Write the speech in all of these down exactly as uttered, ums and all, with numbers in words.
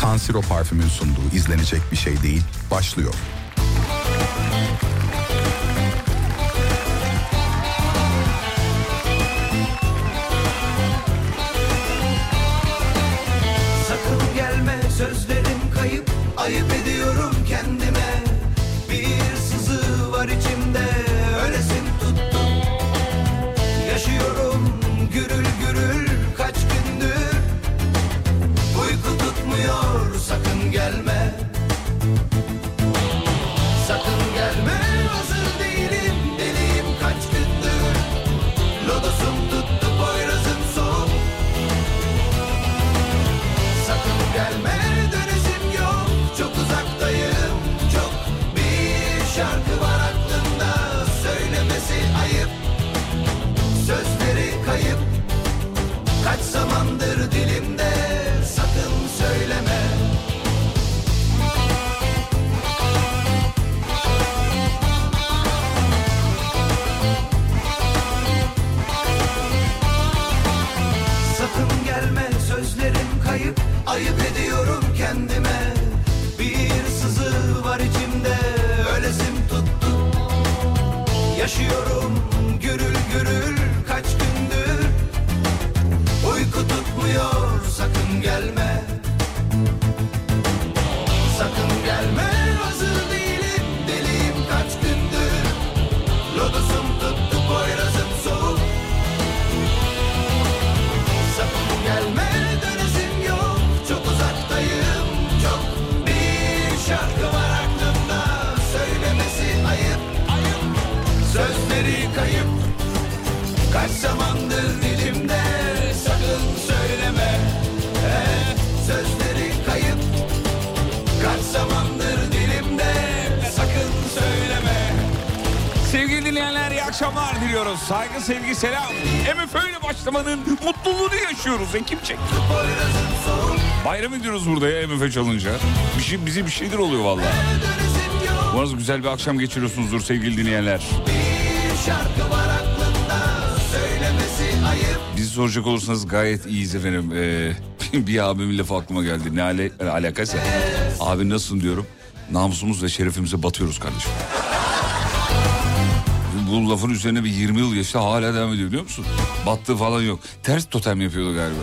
Pansiro parfümün sunduğu izlenecek bir şey değil başlıyor. Sakın gelme, sözlerim kayıp, ayıp ediyorum kendime. Bir sızı var içimde, ölesim tuttu. Yaşıyorum gürül gürül kaç gündür. Uyku tutmuyor, sakın gelme. Sakın gelme, hazır değilim, deliyim kaç gündür. Lodosum tuttu, boyrazım soğuk. Sakın gelme, dönüşüm yok, çok uzaktayım, çok. Bir şarkı var aklımda, söylemesi ayıp. Sözleri kayıp, kaç zamandır dilimde, sakın söyleme. Sakın gelme, sözlerim kayıp, ayıp ediyorum kendime. Bir sızı var içimde, ölesim tuttu. Yaşıyorum gürül gürül kaç gündür. Uyku tutmuyor, sakın gelme. Sakın gelme, hazır değilim, deliyim kaç gündür. Lodosum tuttu, boyrazım soğuk. Sakın gelme, dönesim yok, çok uzaktayım, çok. Bir şarkı var aklımda, söylemesi ayıp. Sözleri kayıp, kaç zamandır dilimde, sakın söyleme. Ee, sözleri kayıp, kaç zamandır dilimde, sakın söyleme. Sevgili dinleyenler, iyi akşamlar diliyoruz. Saygı, sevgi, selam. M F Ö ile başlamanın mutluluğunu yaşıyoruz ekipçe. Bayram ediyoruz burada ya M F Ö çalınca. Bir şey, bize bir şeyler oluyor vallahi. Umarız güzel bir akşam geçiriyorsunuzdur sevgili dinleyenler. Şarkı var aklımda, söylemesi ayıp. Bizi soracak olursanız gayet iyiyiz efendim. Ee, bir abimin lafı aklıma geldi. Ne ale, alakası? Abi nasılsın diyorum. Namusumuz ve şerefimize batıyoruz kardeşim. Bu lafın üzerine bir yirmi yıl geçti, hala devam ediyor biliyor musun? Battığı falan yok. Ters totem yapıyordu galiba.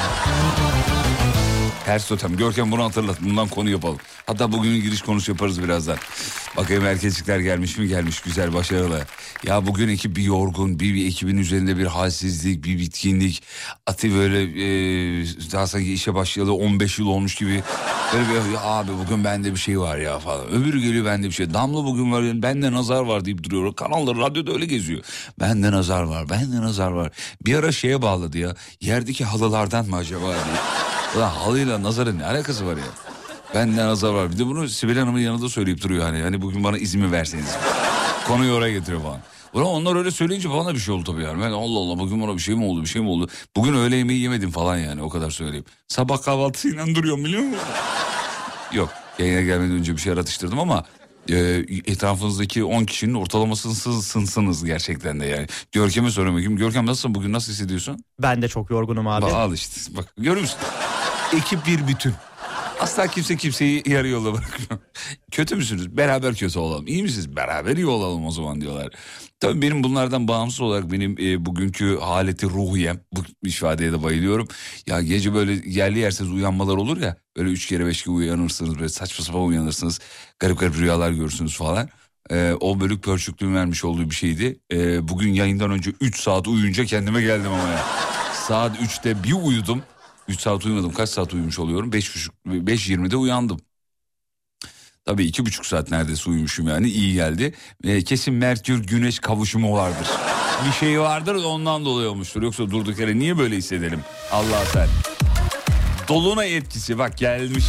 Ters totem. Görkem bunu hatırlat. Bundan konu yapalım. Hatta bugünün giriş konusu yaparız birazdan. Bakayım erkekçikler gelmiş mi? Gelmiş. Güzel, başarılı. Ya bugün ekip bir yorgun, bir, bir ekibin üzerinde bir halsizlik, bir bitkinlik. Atı böyle e, daha sanki işe başlayalı on beş yıl olmuş gibi. Böyle bir, abi bugün bende bir şey var ya falan. Öbürü geliyor, bende bir şey. Damla bugün var, bende nazar var deyip duruyor. Kanalda, radyoda öyle geziyor. Bende nazar var, bende nazar var. Bir ara şeye bağladı ya. Yerdeki halılardan mı acaba diye. Ulan halıyla nazarın ne alakası var ya? Bende nazar var. Bir de bunu Sibel Hanım'ın yanında söyleyip duruyor hani. Hani bugün bana izin mi verseniz? Konuyu oraya getiriyor falan. Ulan onlar öyle söyleyince bana bir şey oldu tabii yani. Ben Allah Allah bugün bana bir şey mi oldu, bir şey mi oldu? Bugün öğle yemeği yemedim falan yani, o kadar söyleyeyim. Sabah kahvaltısıyla duruyorum biliyor musun? Yok, yayına gelmeden önce bir şey atıştırdım ama... E, etrafınızdaki on kişinin ortalamasısınız gerçekten de yani. Görkem'e soruyorum bakayım. Görkem nasılsın bugün, nasıl hissediyorsun? Ben de çok yorgunum abi. Bak, al işte bak, görüyor musun? Ekip bir bütün. Asla kimse kimseyi yarı yolda bırakmıyor. Kötü müsünüz? Beraber kötü olalım. İyi misiniz? Beraber iyi olalım o zaman diyorlar. Tabii benim bunlardan bağımsız olarak benim e, bugünkü haleti ruhiyem, bu ifadeye de bayılıyorum. Ya gece böyle yerli yersiz uyanmalar olur ya. Böyle üç kere beş kere uyanırsınız, böyle saçma sapan uyanırsınız. Garip garip rüyalar görürsünüz falan. E, o bölük pörçüklüğün vermiş olduğu bir şeydi. E, bugün yayından önce üç saat uyuyunca kendime geldim ama ya. Saat üçte bir uyudum. üç saat uyumadım. Kaç saat uyumuş oluyorum? beş yirmide uyandım. Tabii iki buçuk saat neredeyse uyumuşum yani. İyi geldi. Ee, kesin Merkür Güneş kavuşumu vardır. Bir şey vardır da ondan dolayı olmuştur. Yoksa durduk yere niye böyle hissedelim? Allah sen. Dolunay etkisi bak gelmiş.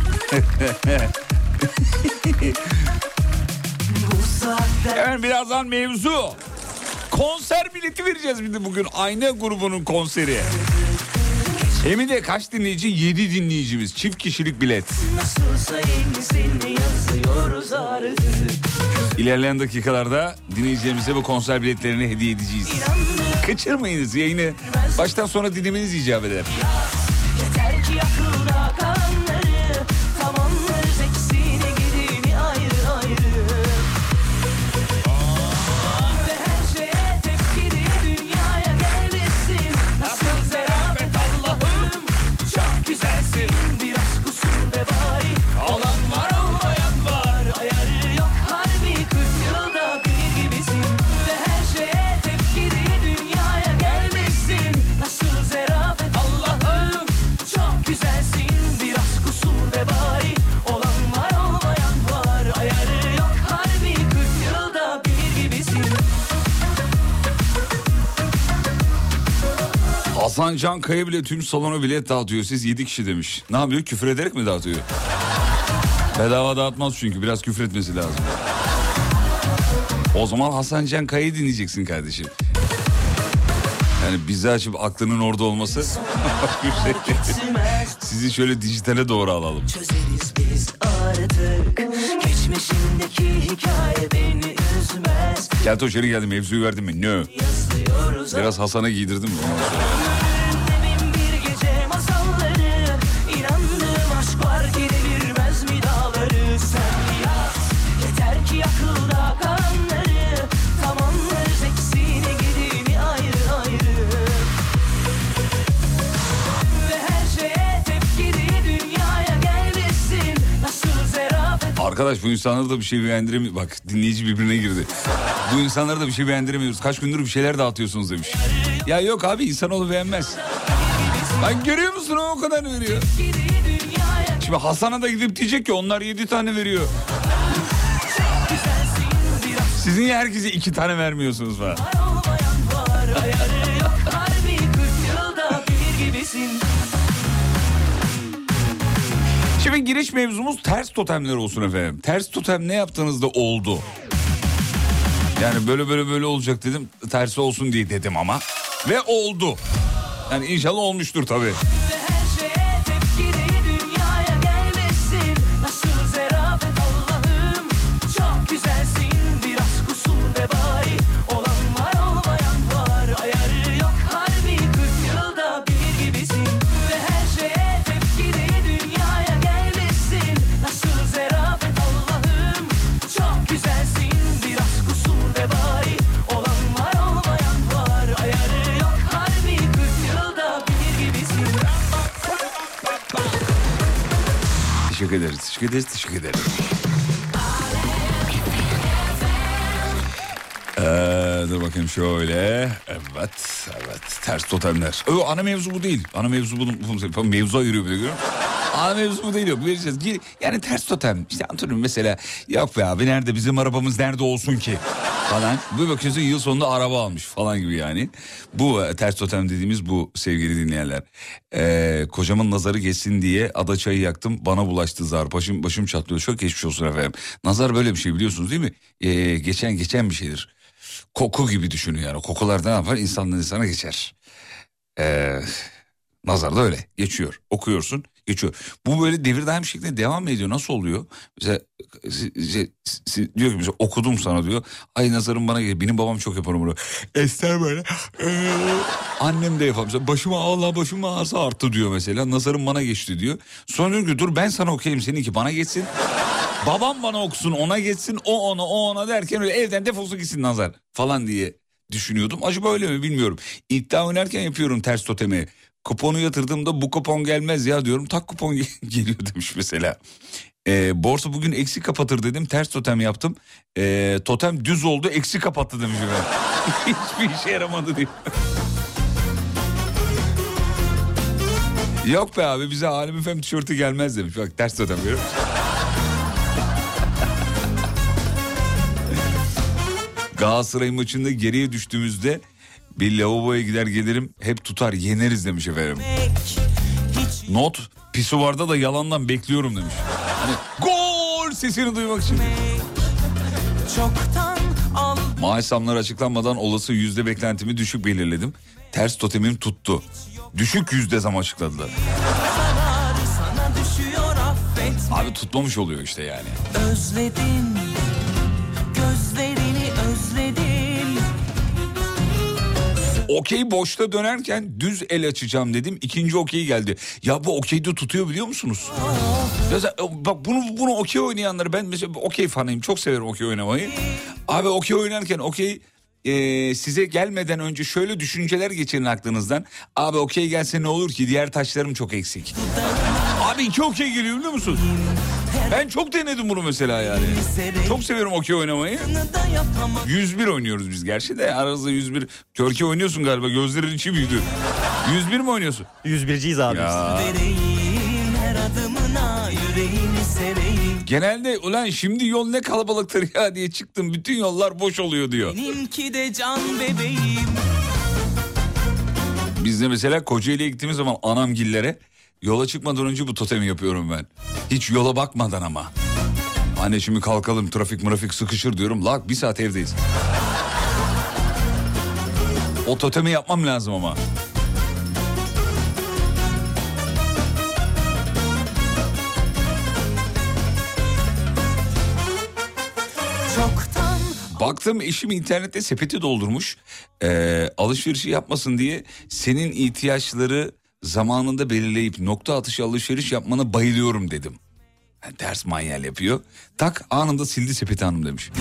Evet, birazdan mevzu. Konser bileti vereceğiz bir de bugün. Ayna grubunun konseri. Hem de kaç dinleyici? yedi dinleyicimiz. Çift kişilik bilet. İlerleyen dakikalarda dinleyicilerimize bu konser biletlerini hediye edeceğiz. Kaçırmayınız yayını. Baştan sona dinlemeniz icap eder. Hasan Can Kaya bile tüm salona bilet dağıtıyor. Siz yedi kişi demiş. Ne yapıyor? Küfür ederek mi dağıtıyor? Bedava dağıtmaz çünkü. Biraz küfür etmesi lazım. O zaman Hasan Can Kaya'yı dinleyeceksin kardeşim. Yani bizi açıp aklının orada olması... Sizi şöyle dijitale doğru alalım. Çözeriz biz artık. Geçmişindeki hikaye beni üzmez. Kelto içeri geldi, mevzuyu verdim mi? Nö. Biraz Hasan'a giydirdim mi? Bir gece masalları, inandığım aşk var ki devirmez mi dağları? Sen yaz, yeter ki akılda kalanları tamamlarız, eksiğini gidini ayrı ayrı. Ve her şeye tepkili dünyaya gelmesin. Nasıl zerafet. Arkadaş bu insanlara da bir şey beğendiremiyoruz. Bak dinleyici birbirine girdi. Bu insanlara da bir şey beğendiremiyoruz. Kaç gündür bir şeyler dağıtıyorsunuz demiş. Ya yok abi, insanoğlu beğenmez. Lan görüyor musun, o o kadar veriyor. Şimdi Hasan'a da gidip diyecek ki onlar yedi tane veriyor. Sizin ya herkese iki tane vermiyorsunuz falan. Şimdi giriş mevzumuz ters totemler olsun efendim. Ters totem ne yaptığınızda oldu? Yani böyle böyle böyle olacak dedim. Tersi olsun diye dedim ama. Ve oldu. Yani inşallah olmuştur tabii. Teşekkür ederiz, teşekkür ederiz, teşekkür ederiz. Ee, dur bakayım şöyle. Evet, evet. Ters totemler. Ö, ana mevzu bu değil. Ana mevzu bu. bu mevzu ayırıyor bile, görüyor musun? Ana mevzu bu değil, yok. Vereceğiz. Yani ters totem. İşte anlatıyorum mesela. Yok be abi, nerede bizim arabamız nerede olsun ki? Falan. Bu bakıyorsun yıl sonunda araba almış falan gibi yani. Bu ters totem dediğimiz bu sevgili dinleyenler. Ee, kocamın nazarı geçsin diye ada çayı yaktım. Bana bulaştı zar. Başım, başım çatlıyor. Çok geçmiş olsun efendim. Nazar böyle bir şey, biliyorsunuz değil mi? Ee, geçen geçen bir şeydir. Koku gibi düşünün yani. Kokular ne yapar? İnsandan insana geçer. Ee, nazar da öyle. Geçiyor. Okuyorsun. Geçiyor. Bu böyle devir daim şeklinde devam ediyor. Nasıl oluyor? Mesela diyor ki mesela, okudum sana diyor. Ay nazarım bana geliyor. Benim babam çok yapar bunu. Ester böyle. Ee, annem de yapar. Mesela başıma Allah başıma ağrısı arttı diyor mesela. Nazarım bana geçti diyor. Sonra diyor ki dur ben sana okuyayım, seninki bana geçsin. Babam bana okusun, ona geçsin, o ona, o ona derken öyle evden defolsun gitsin nazar falan diye düşünüyordum. Acaba öyle mi bilmiyorum. İddia oynarken yapıyorum ters totemi. Kuponu yatırdığımda bu kupon gelmez ya diyorum. Tak kupon geliyor demiş mesela. Ee, borsa bugün eksi kapatır dedim. Ters totem yaptım. Ee, totem düz oldu, eksi kapattı demiş. Hiçbir işe yaramadı diyor. Yok be abi, bize Alem Efem tişörtü gelmez demiş. Bak ters totem görüyor musun? Galatasaray maçında geriye düştüğümüzde bir lavaboya gider gelirim, hep tutar yeneriz demiş efendim. Not pisuvarda da yalandan bekliyorum demiş. Hani gol sesini duymak için. Maaş zamları açıklanmadan olası yüzde beklentimi düşük belirledim. Ters totemim tuttu. Düşük yüzde zam açıkladılar. Abi tutmamış oluyor işte yani. Özledim, gözlerini özledim. Okey boşta dönerken düz el açacağım dedim. İkinci okey geldi. Ya bu okey de tutuyor biliyor musunuz? Mesela, bak bunu bunu okey oynayanları, ben mesela okey fanıyım. Çok severim okey oynamayı. Abi okey oynarken okey e, size gelmeden önce şöyle düşünceler geçirin aklınızdan. Abi okey gelse ne olur ki, diğer taşlarım çok eksik. Abi iki okey geliyor biliyor musun? Ben çok denedim bunu mesela yani. Çok seviyorum okey oynamayı. yüz bir oynuyoruz biz gerçi de, aramızda yüz bir. Körke oynuyorsun galiba, gözlerin içi büyüdü. yüz bir mi oynuyorsun? yüz birciyiz abi. Ya. Genelde ulan şimdi yol ne kalabalıktır ya diye çıktım, bütün yollar boş oluyor diyor. Benimki de can bebeğim. Biz de mesela Kocaeli'ye gittiğimiz zaman anamgillere yola çıkmadan önce bu totemi yapıyorum ben. Hiç yola bakmadan ama. Anne şimdi kalkalım, trafik mırafik sıkışır diyorum. Lak bir saat evdeyiz. O totemi yapmam lazım ama. Çoktan Baktım eşim internette sepeti doldurmuş. Ee, alışverişi yapmasın diye senin ihtiyaçları zamanında belirleyip nokta atışı alışveriş yapmana bayılıyorum dedim. Yani ters manyel yapıyor. Tak anında sildi sepeti hanım demiş.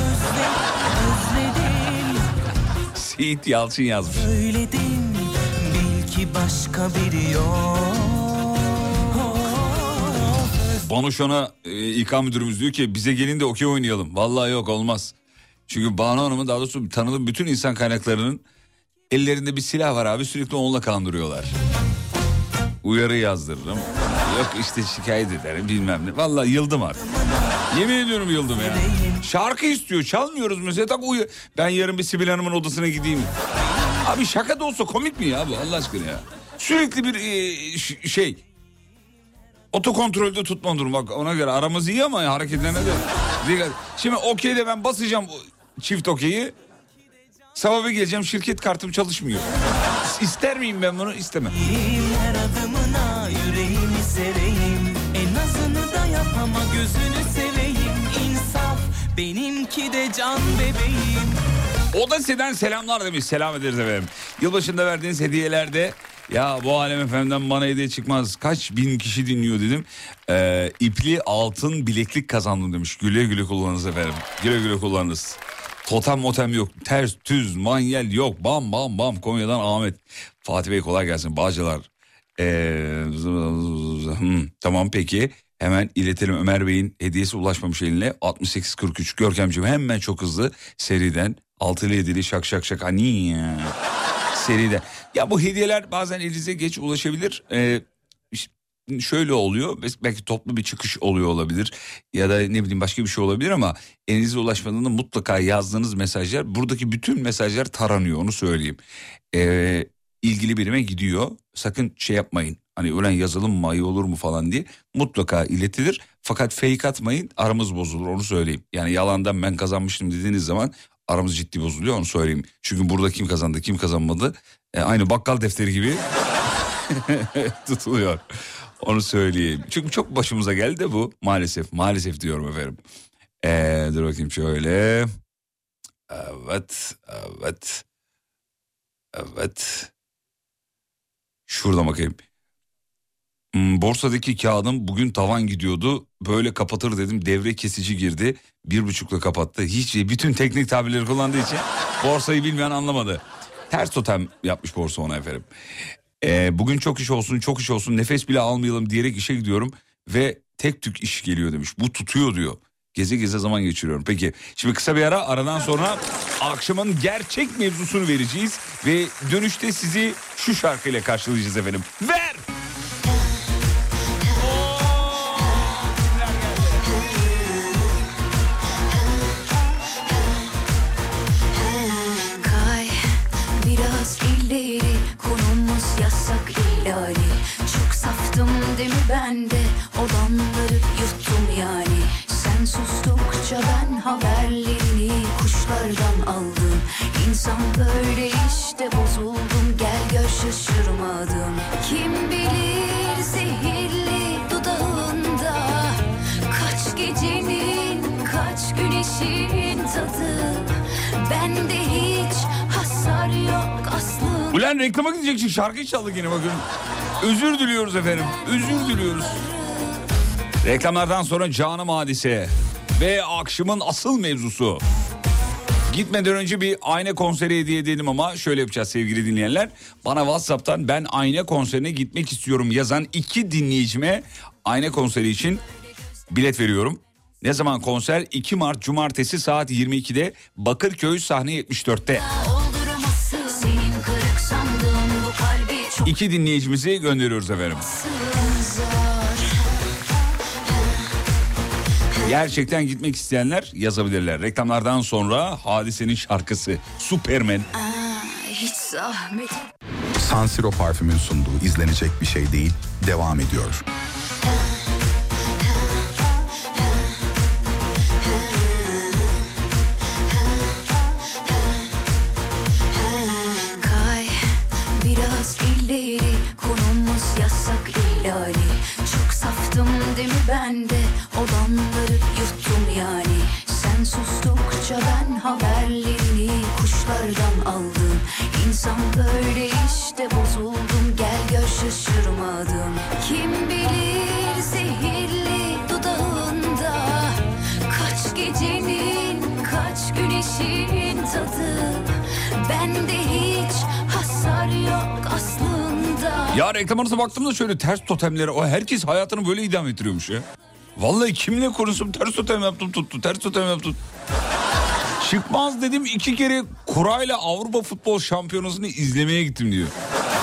Seyit Yalçın yazmış. söyledim, bil ki başka biri yok. Banu Şan'a e, İK müdürümüz diyor ki bize gelin de okey oynayalım. Vallahi yok, olmaz. Çünkü Banu Hanım'ın, daha doğrusu tanıdığım bütün insan kaynaklarının ellerinde bir silah var abi, sürekli onunla kandırıyorlar. Uyarı yazdırırım. Yok işte şikayet ederim bilmem ne. Vallahi yıldım artık. Yemin ediyorum yıldım ya. Şarkı istiyor, çalmıyoruz mesela. Tak uyu. Ben yarın bir Sibel Hanım'ın odasına gideyim. Abi şaka da olsa komik mi ya bu Allah aşkına ya? Sürekli bir e, ş- şey... Otokontrolde tutma durum, bak ona göre aramız iyi ama hareketlerine de dikkat. Şimdi okeyde ben basacağım çift okeyi, sabah bir geleceğim şirket kartım çalışmıyor. İster miyim ben bunu? İstemem. Her adımına yüreğimi sereyim, en azını da yap ama gözünü seveyim. İnsaf benimki de can bebeğim. O da sizden selamlar demiş. Selam ederiz efendim. Yılbaşında verdiğiniz hediyelerde ya bu Alem F M'den bana hediye çıkmaz, kaç bin kişi dinliyor dedim. Ee, ipli altın bileklik kazandım demiş. Güle güle kullanınız efendim. Güle güle kullanınız. Totem motem yok. Ters, tüz, manyel yok. Bam bam bam. Konya'dan Ahmet. Fatih Bey kolay gelsin. Bağcılar. Ee, hmm, tamam peki. Hemen iletelim, Ömer Bey'in hediyesi ulaşmamış eline. altmış sekiz kırk üç. Görkemciğim hemen çok hızlı seriden. Altılı yedili şak şak şak. Hani ya. Seriden. Ya bu hediyeler bazen elinize geç ulaşabilir. Ee, şöyle oluyor. Belki toplu bir çıkış oluyor olabilir. Ya da ne bileyim başka bir şey olabilir ama elinize ulaşmadığında mutlaka yazdığınız mesajlar, buradaki bütün mesajlar taranıyor, onu söyleyeyim. Ee, ilgili birime gidiyor. Sakın şey yapmayın. Hani ölen yazılım mı, ayı olur mu falan diye mutlaka iletilir. Fakat fake atmayın, aramız bozulur, onu söyleyeyim. Yani yalandan ben kazanmıştım dediğiniz zaman aramız ciddi bozuluyor, onu söyleyeyim. Çünkü burada kim kazandı kim kazanmadı e, aynı bakkal defteri gibi tutuluyor. Onu söyleyeyim. Çünkü çok başımıza geldi de bu maalesef. Maalesef diyorum efendim. Ee, dur bakayım şöyle. Evet. Evet. Evet. Şuradan bakayım. Hmm, borsadaki kağıdım bugün tavan gidiyordu. Böyle kapatır dedim. Devre kesici girdi. Bir buçukla kapattı. Hiç bütün teknik tabirleri kullandığı için borsayı bilmeyen anlamadı. Ters totem yapmış borsa ona efendim. Ee, bugün çok iş olsun çok iş olsun nefes bile almayalım diyerek işe gidiyorum ve tek tük iş geliyor demiş. Bu tutuyor diyor. Geze geze zaman geçiriyorum. Peki şimdi kısa bir ara, aradan sonra akşamın gerçek mevzusunu vereceğiz ve dönüşte sizi şu şarkıyla karşılayacağız efendim. Ver! Kay biraz ileri, konumuz yasak ihlali. Çok saftım değil mi ben de, olanları yuttum yani. Sen sustukça ben haberlerini kuşlardan aldım. İnsan böyle işte, bozuldum gel gör şaşırmadım. Kim bilir zehirli dudağında kaç gecenin kaç güneşin tadı. Bende hiç hasar yok aslında. Ulan reklama gideceksin, şarkıyı çaldık yine bakın. Özür diliyoruz efendim, özür diliyoruz. Reklamlardan sonra Canım Hadise ve akşamın asıl mevzusu. Gitmeden önce bir ayna konseri hediye edelim ama şöyle yapacağız sevgili dinleyenler. Bana WhatsApp'tan ben ayna konserine gitmek istiyorum yazan iki dinleyicime ayna konseri için bilet veriyorum. Ne zaman konser? iki Mart Cumartesi saat yirmi ikide Bakırköy sahne yetmiş dörtte. İki dinleyicimizi gönderiyoruz efendim. Gerçekten gitmek isteyenler yazabilirler. Reklamlardan sonra Hadise'nin şarkısı Superman. Aa, hiç zahmet. San Siro parfümün sunduğu izlenecek bir şey değil devam ediyor. Kay biraz ileri, konumuz yasak ihlali. Çok saftım değil mi ben de, olanları yuttum yani. Sen sustukça ben haberlerini kuşlardan aldım. İnsan böyle işte, bozuldum, gel gör şaşırmadım. Kim bilir zehirli dudağında kaç gecenin kaç güneşin tadı. Bende hiç hasar yok aslında. Ya reklam arası baktığımda şöyle ters totemlere, o herkes hayatını böyle idame ettiriyormuş ya. Vallahi kimle konuşsam ters totem yaptım tuttu, ters totem yaptım. Çıkmaz dedim, iki kere kurayla Avrupa Futbol Şampiyonası'nı izlemeye gittim diyor.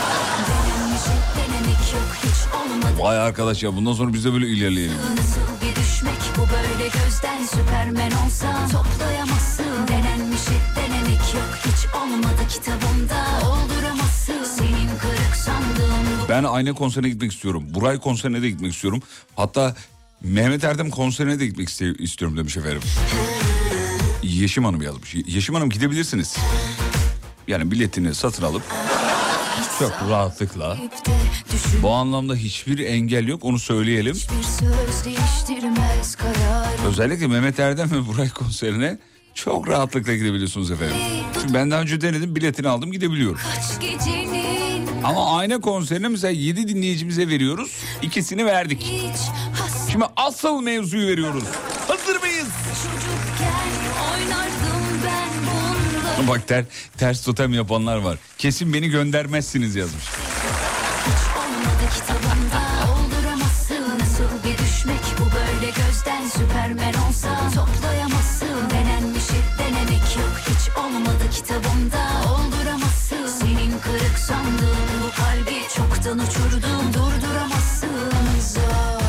Vay arkadaş ya, bundan sonra biz de böyle ilerleyelim. Nasıl bir düşmek bu böyle, gözden Süpermen olsa toplayamazsın. Denenmiş hep denemek yok, hiç olmadı kitabımda olduramazsın. Senin kırık sandığın. Ben Ayna konserine gitmek istiyorum. Buray konserine de gitmek istiyorum. Hatta Mehmet Erdem konserine de gitmek istiyorum demiş efendim. Yeşim Hanım yazmış. Yeşim Hanım gidebilirsiniz. Yani biletini satın alıp çok rahatlıkla. Bu anlamda hiçbir engel yok, onu söyleyelim. Özellikle Mehmet Erdem ve Buray konserine çok rahatlıkla gidebiliyorsunuz efendim. Çünkü ben daha önce denedim, biletini aldım, gidebiliyorum. Ama Ayna konserine mesela yedi dinleyicimize veriyoruz. İkisini verdik. Şimdi asıl mevzuyu veriyoruz. Hazır mıyız? Bak ter, ters totem yapanlar var. Kesin beni göndermezsiniz yazmış. Hiç olmadı kitabımda olduramazsın. Nasıl bir düşmek bu böyle, gözden Süpermen olsa toplayamazsın. Denenmiş hep denemek yok, hiç olmadı kitabımda olduramazsın. Senin kırık sandığın bu kalbi çoktan uçurdum, durduramazsın. Zor.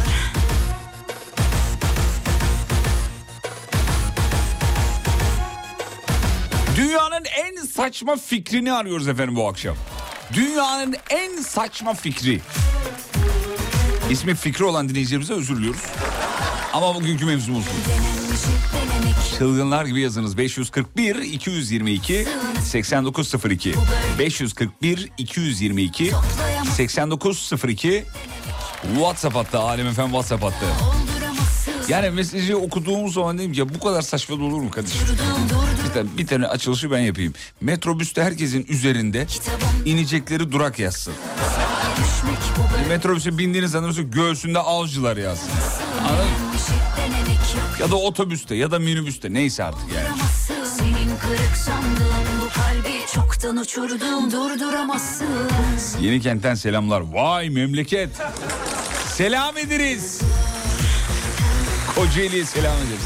Dünyanın en saçma fikrini arıyoruz efendim bu akşam. Dünyanın en saçma fikri. İsmi Fikri olan dinleyicilerimize özür diliyoruz. Ama bugünkü mevzumuz bu. Çılgınlar gibi yazınız. beş yüz kırk bir iki yüz yirmi iki seksen dokuz sıfır iki beş yüz kırk bir iki yüz yirmi iki seksen dokuz sıfır iki WhatsApp hattı, Alem Efem WhatsApp hattı. Yani mesajı okuduğumuz zaman dedim ki ya bu kadar saçma olur mu kardeşim? Bir tane, bir tane açılışı ben yapayım. Metrobüste herkesin üzerinde inecekleri durak yazsın. Metrobüse bindiğiniz zaman göğsünde Avcılar yazsın. Anladın? Ya da otobüste ya da minibüste, neyse artık yani. Senin kırık sandığın bu kalbi çoktan uçurdum, durduramazsın. Yenikent'ten selamlar. Vay memleket. Selam ederiz. Kocaeli'ye selam ederiz.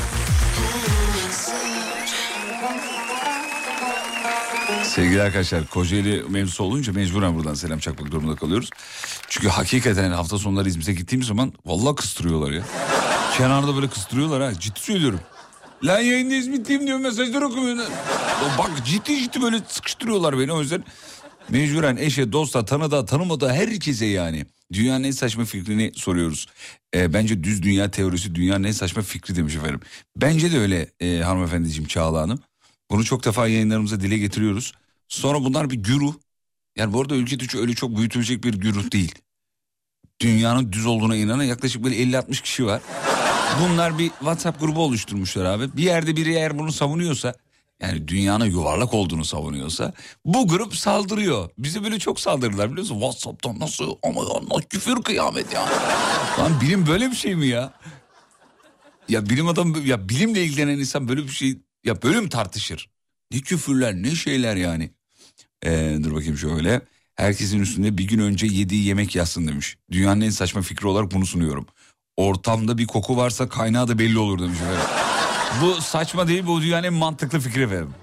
Sevgili arkadaşlar, Kocaeli mevzusu olunca mecburen buradan selam çakmak durumunda kalıyoruz. Çünkü hakikaten hafta sonları İzmir'e gittiğimiz zaman vallahi kıstırıyorlar ya. Kenarda böyle kıstırıyorlar ha, ciddi söylüyorum. Lan yayında İzmir'teyim diyor, mesajlar okumuyor. Bak ciddi ciddi böyle sıkıştırıyorlar beni, o yüzden mecburen eşe, dosta, tanıda, tanımada herkese yani. Dünyanın en saçma fikrini soruyoruz. E, bence düz dünya teorisi dünyanın en saçma fikri demiş efendim. Bence de öyle e, hanımefendiciğim Çağla Hanım. Bunu çok defa yayınlarımıza dile getiriyoruz. Sonra bunlar bir güruh. Yani bu arada ülke içi öyle çok büyütülecek bir güruh değil. Dünyanın düz olduğuna inanan yaklaşık böyle elli altmış kişi var. Bunlar bir WhatsApp grubu oluşturmuşlar abi. Bir yerde biri eğer bunu savunuyorsa, yani dünyanın yuvarlak olduğunu savunuyorsa, bu grup saldırıyor. Bize böyle çok saldırdılar biliyorsun. WhatsApp'tan nasıl ama ya, nasıl küfür kıyamet ya. Lan bilim böyle bir şey mi ya? Ya bilim adam, ya bilimle ilgilenen insan böyle bir şey, ya böyle mi tartışır? Ne küfürler, ne şeyler yani. Ee, dur bakayım şöyle. Herkesin üstünde bir gün önce yediği yemek yazsın demiş. Dünyanın en saçma fikri olarak bunu sunuyorum. Ortamda bir koku varsa kaynağı da belli olur demiş efendim. Bu saçma değil, bu dünyanın en mantıklı fikri efendim.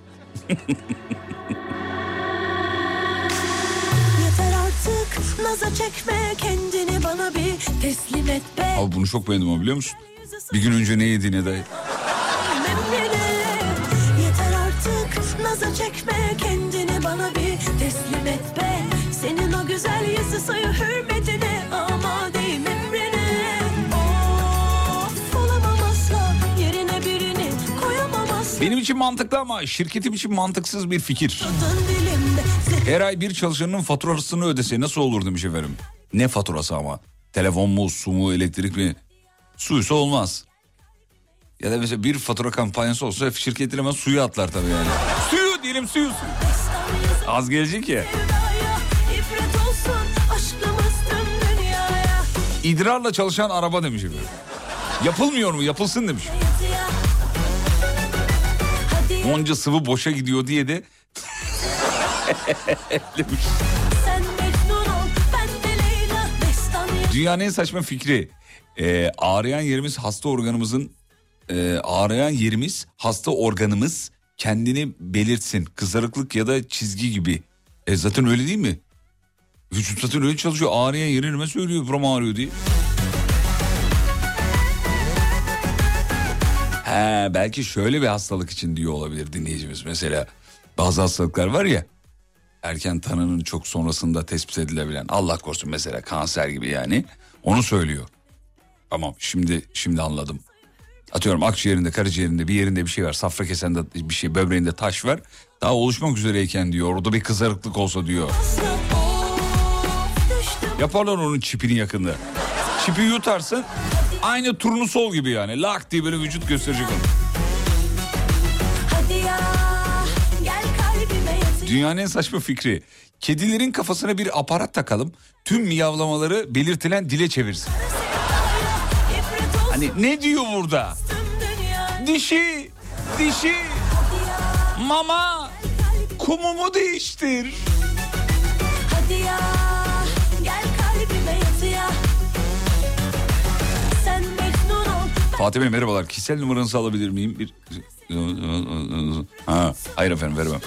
Yeter artık naza çekme, kendini bana bir teslim et be. Abi bunu çok beğendim ama biliyor musun? Bir gün önce ne yediğine dair. Yeter artık naza çekme, kendini bana bir teslim et be. Senin o güzel yüzü sayı hürmetine, amadeyim emrine. Of, olamam asla, yerine birini koyamam asla. Benim için mantıklı ama şirketim için mantıksız bir fikir. Adın dilimde, Her ay bir çalışanın faturasını ödese nasıl olur demiş efendim. Ne faturası ama? Telefon mu, su mu, elektrik mi? Suysa olmaz. Ya da mesela bir fatura kampanyası olsa şirketler hemen suyu atlar tabii yani. Suyu diyelim, suyu suyu. Az gelecek ya. ibret olsun aşkımız tüm dünyaya. İdrarla çalışan araba demiş efendim. Yapılmıyor mu? Yapılsın demiş. Hadi Onca sıvı boşa gidiyor diye de demiş. sen Mecnun ol, ben de Leyla. Destan ya. Dünyanın en saçma fikri. Ee, ağrıyan yerimiz hasta organımızın e, ağrıyan yerimiz hasta organımız kendini belirtsin. Kızarıklık ya da çizgi gibi. E zaten öyle değil mi? Vücut zaten öyle çalışıyor. Ağrıyan yerime söylüyor buram ağrıyor diye. He, belki şöyle bir hastalık için diyor olabilir dinleyicimiz. Mesela bazı hastalıklar var ya, erken tanının çok sonrasında tespit edilebilen, Allah korusun mesela kanser gibi yani, onu söylüyor. Tamam, şimdi şimdi anladım. Atıyorum akciğerinde, karaciğerinde bir yerinde bir şey var, safra kesende bir şey, böbreğinde taş var. Daha oluşmak üzereyken diyor, orada bir kızarıklık olsa diyor. Yaparlar onun çipini yakında. Çipi yutarsın, aynı turnusol gibi yani, lak diye böyle vücut gösterecek onu. Hadi ya, gel kalbime yatı. Dünyanın en saçma fikri. Kedilerin kafasına bir aparat takalım, tüm miyavlamaları belirtilen dile çevirsin. İbret olsun Hani ne diyor burada? tüm dünyaya. Dişi, dişi, mama, kumumu değiştir. Hadi ya, gel kalbime yatı ya. Sen Mecnun ol, Fatih Bey merhabalar. Kişisel numaranızı alabilir miyim? Bir... Ha, hayır efendim veremem.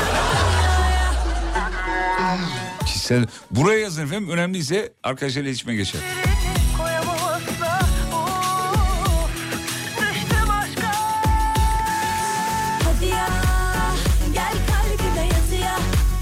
Kişisel... Buraya yazın efendim. Önemliyse arkadaşlarla iletişime geçer. koyamam asla. Of, düştüm aşka. Hadi ya, gel kalbime yatı ya.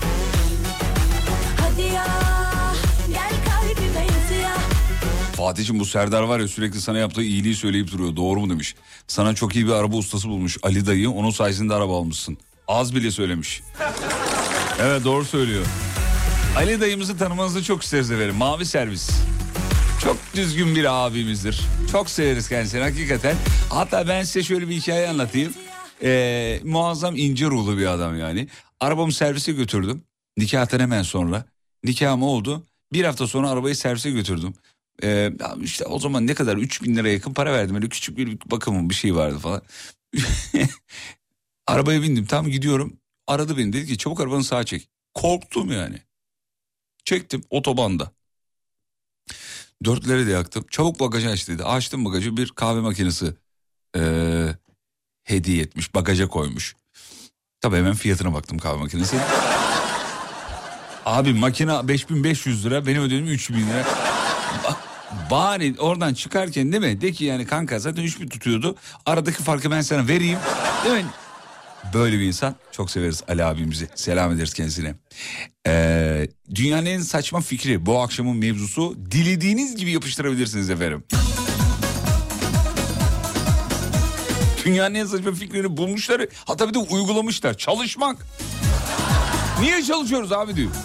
Hadi ya, gel kalbime yatı ya. Fatih'cim bu Serdar var ya, sürekli sana yaptığı iyiliği söyleyip duruyor. Doğru mu demiş. Sana çok iyi bir araba ustası bulmuş Ali dayı. Onun sayesinde araba almışsın. Az bile söylemiş. Evet, doğru söylüyor. Ali dayımızı tanımanızı çok isteriz efendim. Mavi servis. Çok düzgün bir abimizdir. Çok severiz kendisini hakikaten. Hatta ben size şöyle bir hikaye anlatayım. Ee, muazzam ince ruhlu bir adam yani. Arabamı servise götürdüm. Nikahtan hemen sonra. Nikahım oldu. Bir hafta sonra arabayı servise götürdüm. Ee, işte o zaman ne kadar üç bin liraya yakın para verdim. Öyle küçük bir bakımım bir şey vardı falan. Arabaya bindim, tam gidiyorum. Aradı beni, dedi ki çabuk arabanı sağa çek. Korktum yani. Çektim otobanda. Dörtleri de yaktım. Çabuk bagajı aç dedi. Açtım bagajı, bir kahve makinesi ee, hediye etmiş. Bagaja koymuş. Tabii hemen fiyatına baktım kahve makinesi. Abi makine beş bin beş yüz lira, benim ödediğim üç bin lira. Bari oradan çıkarken değil mi? De ki yani kanka zaten üç bin tutuyordu. Aradaki farkı ben sana vereyim. Değil mi? Böyle bir insan. Çok severiz Ali abimizi. Selam ederiz kendisine. Ee, dünyanın en saçma fikri. Bu akşamın mevzusu. Dilediğiniz gibi yapıştırabilirsiniz efendim. Dünyanın en saçma fikrini bulmuşlar. Hatta bir de uygulamışlar. Çalışmak. Niye çalışıyoruz abi diyor.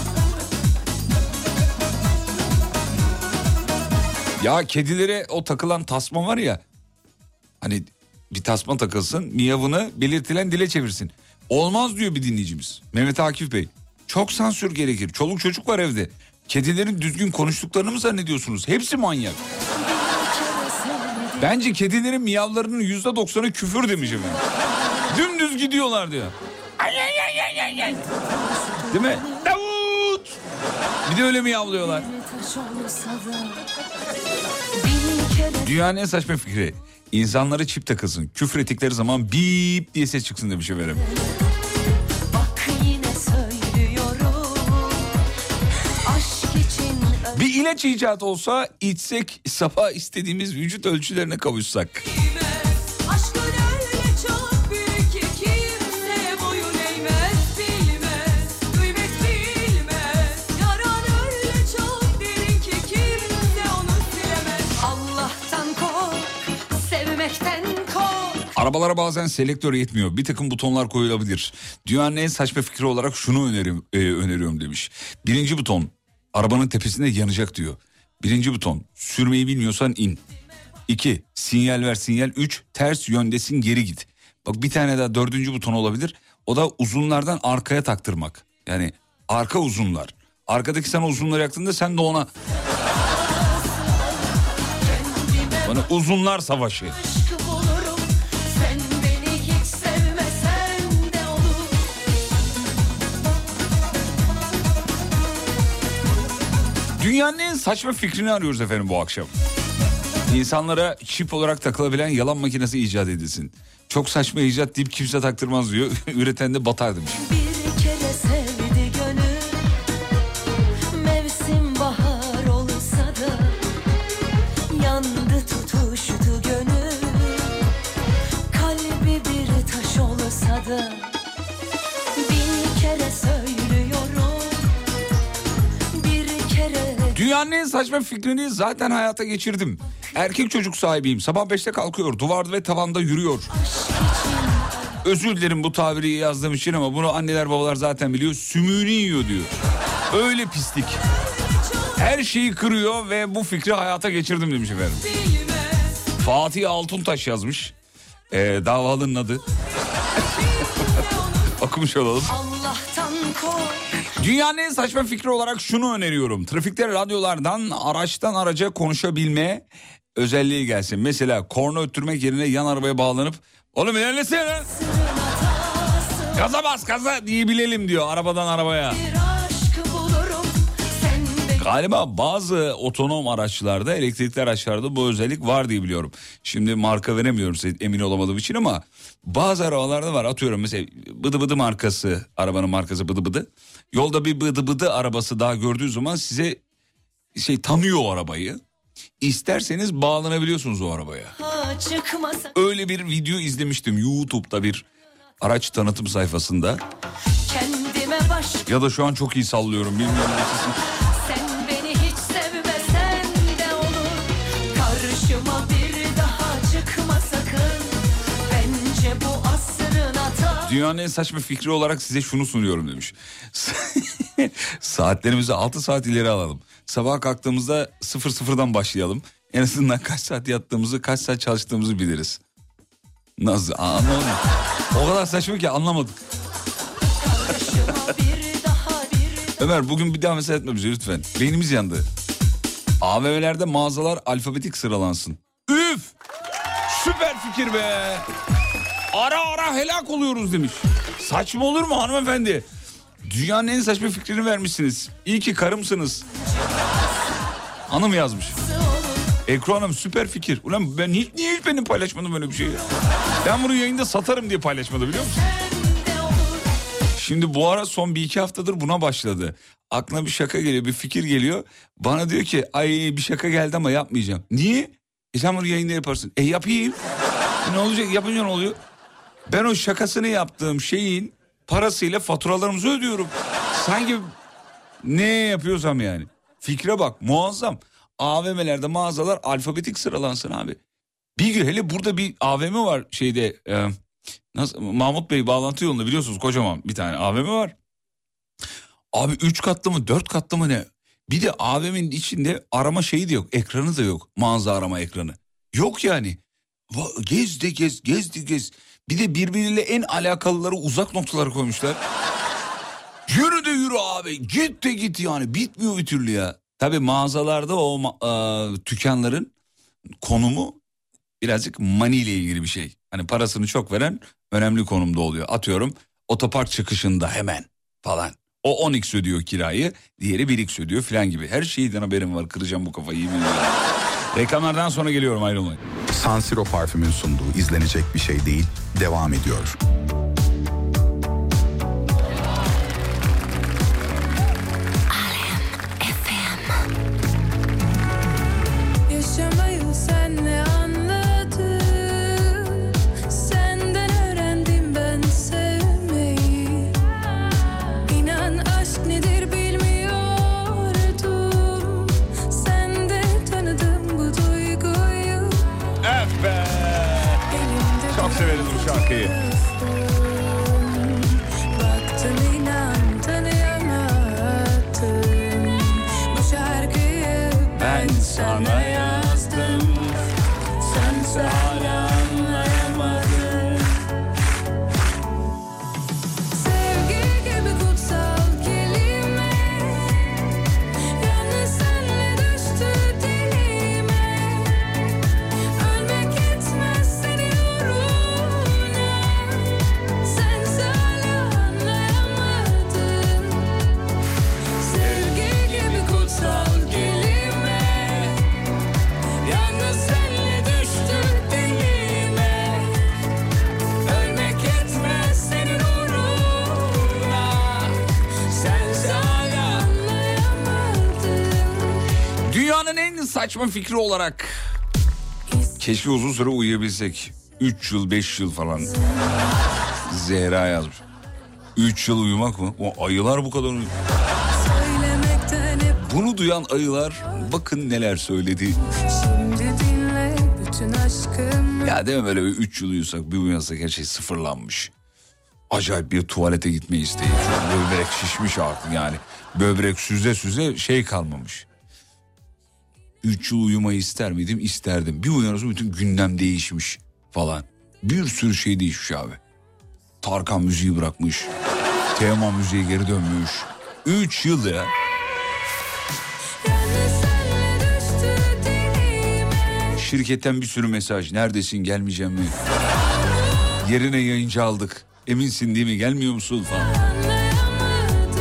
Ya kedilere o takılan tasma var ya. Hani bir tasma takılsın, miyavını belirtilen dile çevirsin. Olmaz diyor bir dinleyicimiz. Mehmet Akif Bey. Çok sansür gerekir. Çoluk çocuk var evde. Kedilerin düzgün konuştuklarını mı zannediyorsunuz? Hepsi manyak. Bence kedilerin miyavlarının yüzde doksanı küfür demiş efendim. Dümdüz gidiyorlar diyor. Ay ay ay ay ay ay. Değil mi? Davut! Bir de öyle miyavlıyorlar. Dünyanın en saçma fikri. İnsanlara çip takılsın. Küfür ettikleri zaman bip diye ses çıksın demiş efendim. Bak yine söylüyorum. Aşk için Bir ilaç icat olsa, içsek sabah istediğimiz vücut ölçülerine kavuşsak. aşkın öyle çok büyük ki kimse boyun eğmez, bilmez, kıymet bilmez. Arabalara bazen selektör yetmiyor. Bir takım butonlar koyulabilir. Dünyanın en saçma fikri olarak şunu öneriyorum, e, öneriyorum demiş. Birinci buton arabanın tepesinde yanacak diyor. Birinci buton sürmeyi bilmiyorsan in. İki sinyal ver sinyal. Üç ters yöndesin geri git. Bak bir tane daha dördüncü buton olabilir. O da uzunlardan arkaya taktırmak. Yani arka uzunlar. Arkadaki sana uzunları yaktığında sen de ona... Bana uzunlar savaşı. Dünyanın en saçma fikrini arıyoruz efendim bu akşam. İnsanlara çip olarak takılabilen yalan makinesi icat edilsin. Çok saçma icat deyip kimse taktırmaz diyor. Üreten de batar demiş. Bir kere sevdi gönül, mevsim bahar olsa da, yandı tutuştu gönül, kalbi bir taş olsa da, bir kere söylüyorum, bir kere... Dünyanın en saçma fikrini zaten hayata geçirdim. Erkek çocuk sahibiyim. Sabah beşte kalkıyor. Duvarda ve tavanda yürüyor. Özür dilerim bu tabiri yazdığım için ama bunu anneler babalar zaten biliyor. Sümüğünü yiyor diyor. Öyle pislik. Her şeyi kırıyor ve bu fikri hayata geçirdim demiş efendim. Fatih Altuntaş yazmış. Ee, davalının adı. Okumuş olalım. Dünyanın en saçma fikri olarak şunu öneriyorum. Trafikte radyolardan araçtan araca konuşabilme özelliği gelsin. Mesela korna öttürmek yerine yan arabaya bağlanıp oğlum ilerlesene lan. Gaza bas gaza diyebilelim diyor arabadan arabaya. Galiba bazı otonom araçlarda, elektrikli araçlarda bu özellik var diye biliyorum. Şimdi marka veremiyorum size emin olamadığım için ama bazı arabalarda var. Atıyorum mesela bıdı bıdı markası, arabanın markası bıdı bıdı. Yolda bir bıdı bıdı arabası daha gördüğü zaman size şey tanıyor o arabayı. İsterseniz bağlanabiliyorsunuz o arabaya. Öyle bir video izlemiştim YouTube'da bir araç tanıtım sayfasında. Ya da şu an çok iyi sallıyorum bilmiyorum. Sen beni hiç sevmesen de olur. Karşıma bir daha çıkma sakın. Bence bu asrın hata. Dünyanın en saçma fikri olarak size şunu sunuyorum demiş. Saatlerimizi altı saat ileri alalım. Sabah kalktığımızda sıfır sıfırdan başlayalım. En azından kaç saat yattığımızı, kaç saat çalıştığımızı biliriz. Nasıl? Anlamadım. O kadar saçma ki anlamadık. Ömer bugün bir daha mesaj etme bize lütfen. Beynimiz yandı. A V M'lerde mağazalar alfabetik sıralansın. Üf! Süper fikir be! Ara ara helak oluyoruz demiş. Saçma olur mu hanımefendi? Dünyanın en saçma fikrini vermişsiniz. İyi ki karımsınız. Hanım yazmış. Ekru Hanım süper fikir. Ulan ben hiç, niye hiç benim paylaşmadım böyle bir şey ya? Ben bunu yayında satarım diye paylaşmadı biliyor musun? Şimdi bu ara son bir iki haftadır buna başladı. Aklına bir şaka geliyor, bir fikir geliyor. Bana diyor ki ay bir şaka geldi ama yapmayacağım. Niye? E sen bunu yayında yaparsın. E yapayım. E ne olacak? Yapınca ne oluyor? Ben o şakasını yaptığım şeyin parasıyla faturalarımızı ödüyorum. Sanki ne yapıyorsam yani. Fikre bak muazzam. A V M'lerde mağazalar alfabetik sıralansın abi. Bir gün hele burada bir A V M var şeyde... E, Nasıl? Mahmut Bey bağlantı yolunda biliyorsunuz kocaman bir tane A V M var. Abi üç katlı mı dört katlı mı ne? Bir de A V M'nin içinde arama şeyi de yok. Ekranı da yok. Mağaza arama ekranı. Yok yani. Gez de gez, gez de gez. Bir de birbiriyle en alakalıları uzak noktaları koymuşlar. Yürü de yürü abi. Git de git yani. Bitmiyor bir türlü ya. Tabii mağazalarda o e, dükkanların konumu birazcık money ile ilgili bir şey. Hani parasını çok veren önemli konumda oluyor. Atıyorum otopark çıkışında hemen falan. O on x ödüyor kirayı, diğeri bir x ödüyor falan gibi. Her şeyden haberim var. Kıracağım bu kafayı yemin ediyorum. Reklamlardan sonra geliyorum ayrılmayın. San Siro parfümün sunduğu izlenecek bir şey değil devam ediyor. Yaşamayı senle anladım. Senden öğrendim ben sevmeyi. İnan aşk nedir bilmiyordum. Sende tanıdım bu duyguyu. Evet be. Çok severiz bu şarkıyı. Baktım inan tanıyamadım. Bu şarkıyı ben sana yazdım. Sense hala anlayamadın. Sevgi gibi kutsal kelime, yalnız senle düştü dilime. Ölmek yetmez senin uğruna. Sense hala anlayamadın. Sevgi gibi kutsal kelime, yalnız senle düştü dilime. Ölmek yetmez senin uğruna. Sense hala anlayamadın. Dünyanın en saçma fikri olarak keşke uzun süre uyuyabilsek. Üç yıl, beş yıl falan. Zehra yazmış. Üç yıl uyumak mı? O ayılar bu kadar uyuyor. Söylemekten hep Bunu duyan ayılar bakın neler söyledi. şimdi dinle bütün aşkım. Ya değil mi böyle üç yıl uyusak bir uyansak her şey sıfırlanmış. Acayip bir tuvalete gitme isteği. Çok böbrek şişmiş artık yani. Böbrek süze süze şey kalmamış. Üç yıl uyumayı ister miydim? İsterdim. Bir uyanıyorsun bütün gündem değişmiş falan. Bir sürü şey değişmiş abi. Tarkan müziği bırakmış. Teoman müziğe geri dönmüş. Üç yıl ya. Yalnız senle düştü dilime. Şirketten bir sürü mesaj. Neredesin, gelmeyeceğim mi? Yerine yayıncı aldık. Eminsin değil mi, gelmiyor musun falan. Anlayamadın.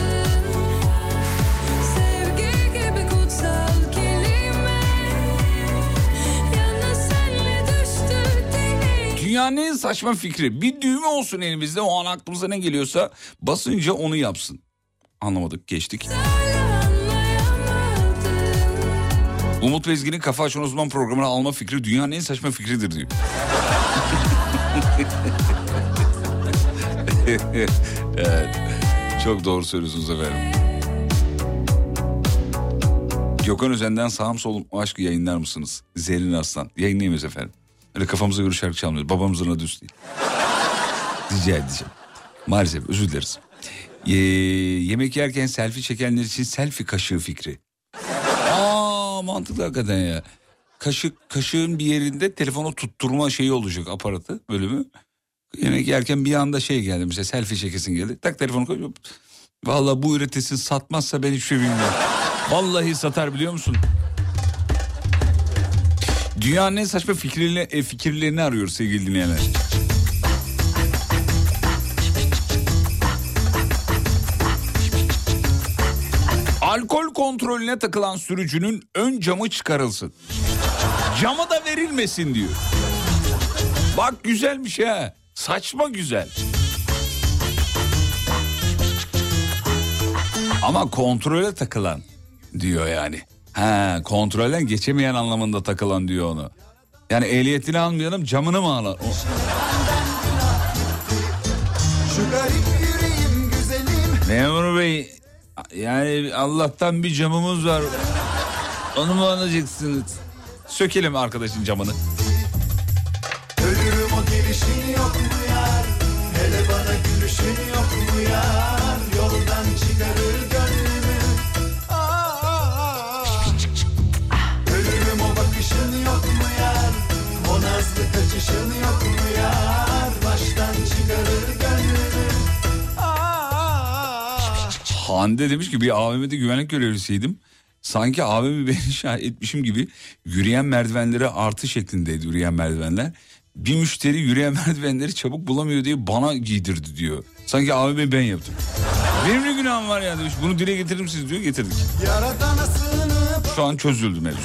Sevgi gibi kutsal kelime, yalnız senle düştü dilime. Dünyanın en saçma fikri. Bir düğme olsun elimizde, o an aklımıza ne geliyorsa basınca onu yapsın. Anlamadık, geçtik. Umut Bezgin'in Kafa Açan Uzman programına alma fikri dünyanın en saçma fikridir diyor. Evet, çok doğru söylüyorsunuz efendim. Gökhan Özen'den Sağım Solum Aşkı yayınlar mısınız? Zerrin Aslan. Yayınlayayım efendim. Öyle kafamıza göre şarkı çalmıyoruz. Babamızın adı üstü değil. Rica edeceğim. Maalesef özür dileriz. Ee, yemek yerken selfie çekenler için selfie kaşığı fikri. Aa, mantıklı hakikaten ya. Kaşık, kaşığın bir yerinde telefonu tutturma şeyi olacak, aparatı bölümü. Yemek yerken bir anda şey geldi, mesela selfie çekesin geldi. Tak telefonu koy. Vallahi bu üretesin satmazsa ben hiçbir şey bilmiyorum. Vallahi satar, biliyor musun? Dünyanın en saçma fikirlerini, fikirlerini arıyoruz sevgili dinleyenler. Alkol kontrolüne takılan sürücünün ön camı çıkarılsın. Camı da verilmesin diyor. Bak güzelmiş ha. Saçma güzel. Ama kontrole takılan diyor yani. Ha, kontrolden geçemeyen anlamında takılan diyor onu. Yani ehliyetini almayalım, camını mı alalım? O... Şu garip yüreğim güzelim. Memur Bey, yani Allah'tan bir camımız var. Onu mu alacaksınız? Sökelim arkadaşın camını. Ölürüm o gelişin yok mu yar? Hele bana gülüşün yok mu yar? Yoldan çıkarır gönlümü. Aa, ölürüm o bakışın yok mu yar? O nazlı kaçışın yok mu yar? Baştan çıkarır gönlümü. Aa, Hande demiş ki bir A V M'de güvenlik görevlisiydim. Sanki A V M'yi ben inşa etmişim gibi yürüyen merdivenlere artı şeklindeydi yürüyen merdivenler. Bir müşteri yürüyen merdivenleri çabuk bulamıyor diye bana giydirdi diyor. Sanki A V M'yi ben yaptım. Benim ne günahım var ya demiş. Bunu dile getirir misiniz diyor, getirdik. yaradana sığınıp Şu an çözüldü mevzu.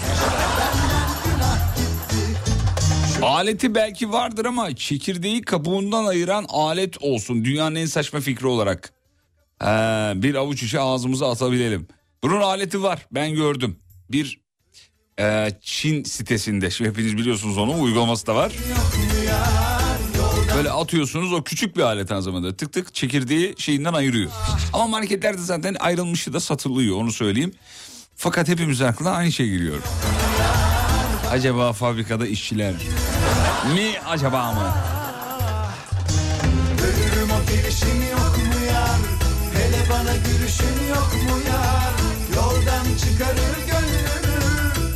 Aleti belki vardır ama çekirdeği kabuğundan ayıran alet olsun. Dünyanın en saçma fikri olarak. Ha, bir avuç içi ağzımıza atabilelim. Bunun aleti var, ben gördüm. Bir e, Çin sitesinde, şimdi hepiniz biliyorsunuz onu, uygulaması da var. Böyle atıyorsunuz, o küçük bir alet aynı zamanda. Tık tık çekirdeği şeyinden ayırıyor. Ama marketlerde zaten ayrılmışı da satılıyor, onu söyleyeyim. Fakat hepimiz aklına aynı şey geliyor. Acaba fabrikada işçiler mi acaba mı? Ölürüm o gelişin yok mu yar? Hele bana gülüşün yok mu yar? Yoldan çıkarır gönlümü.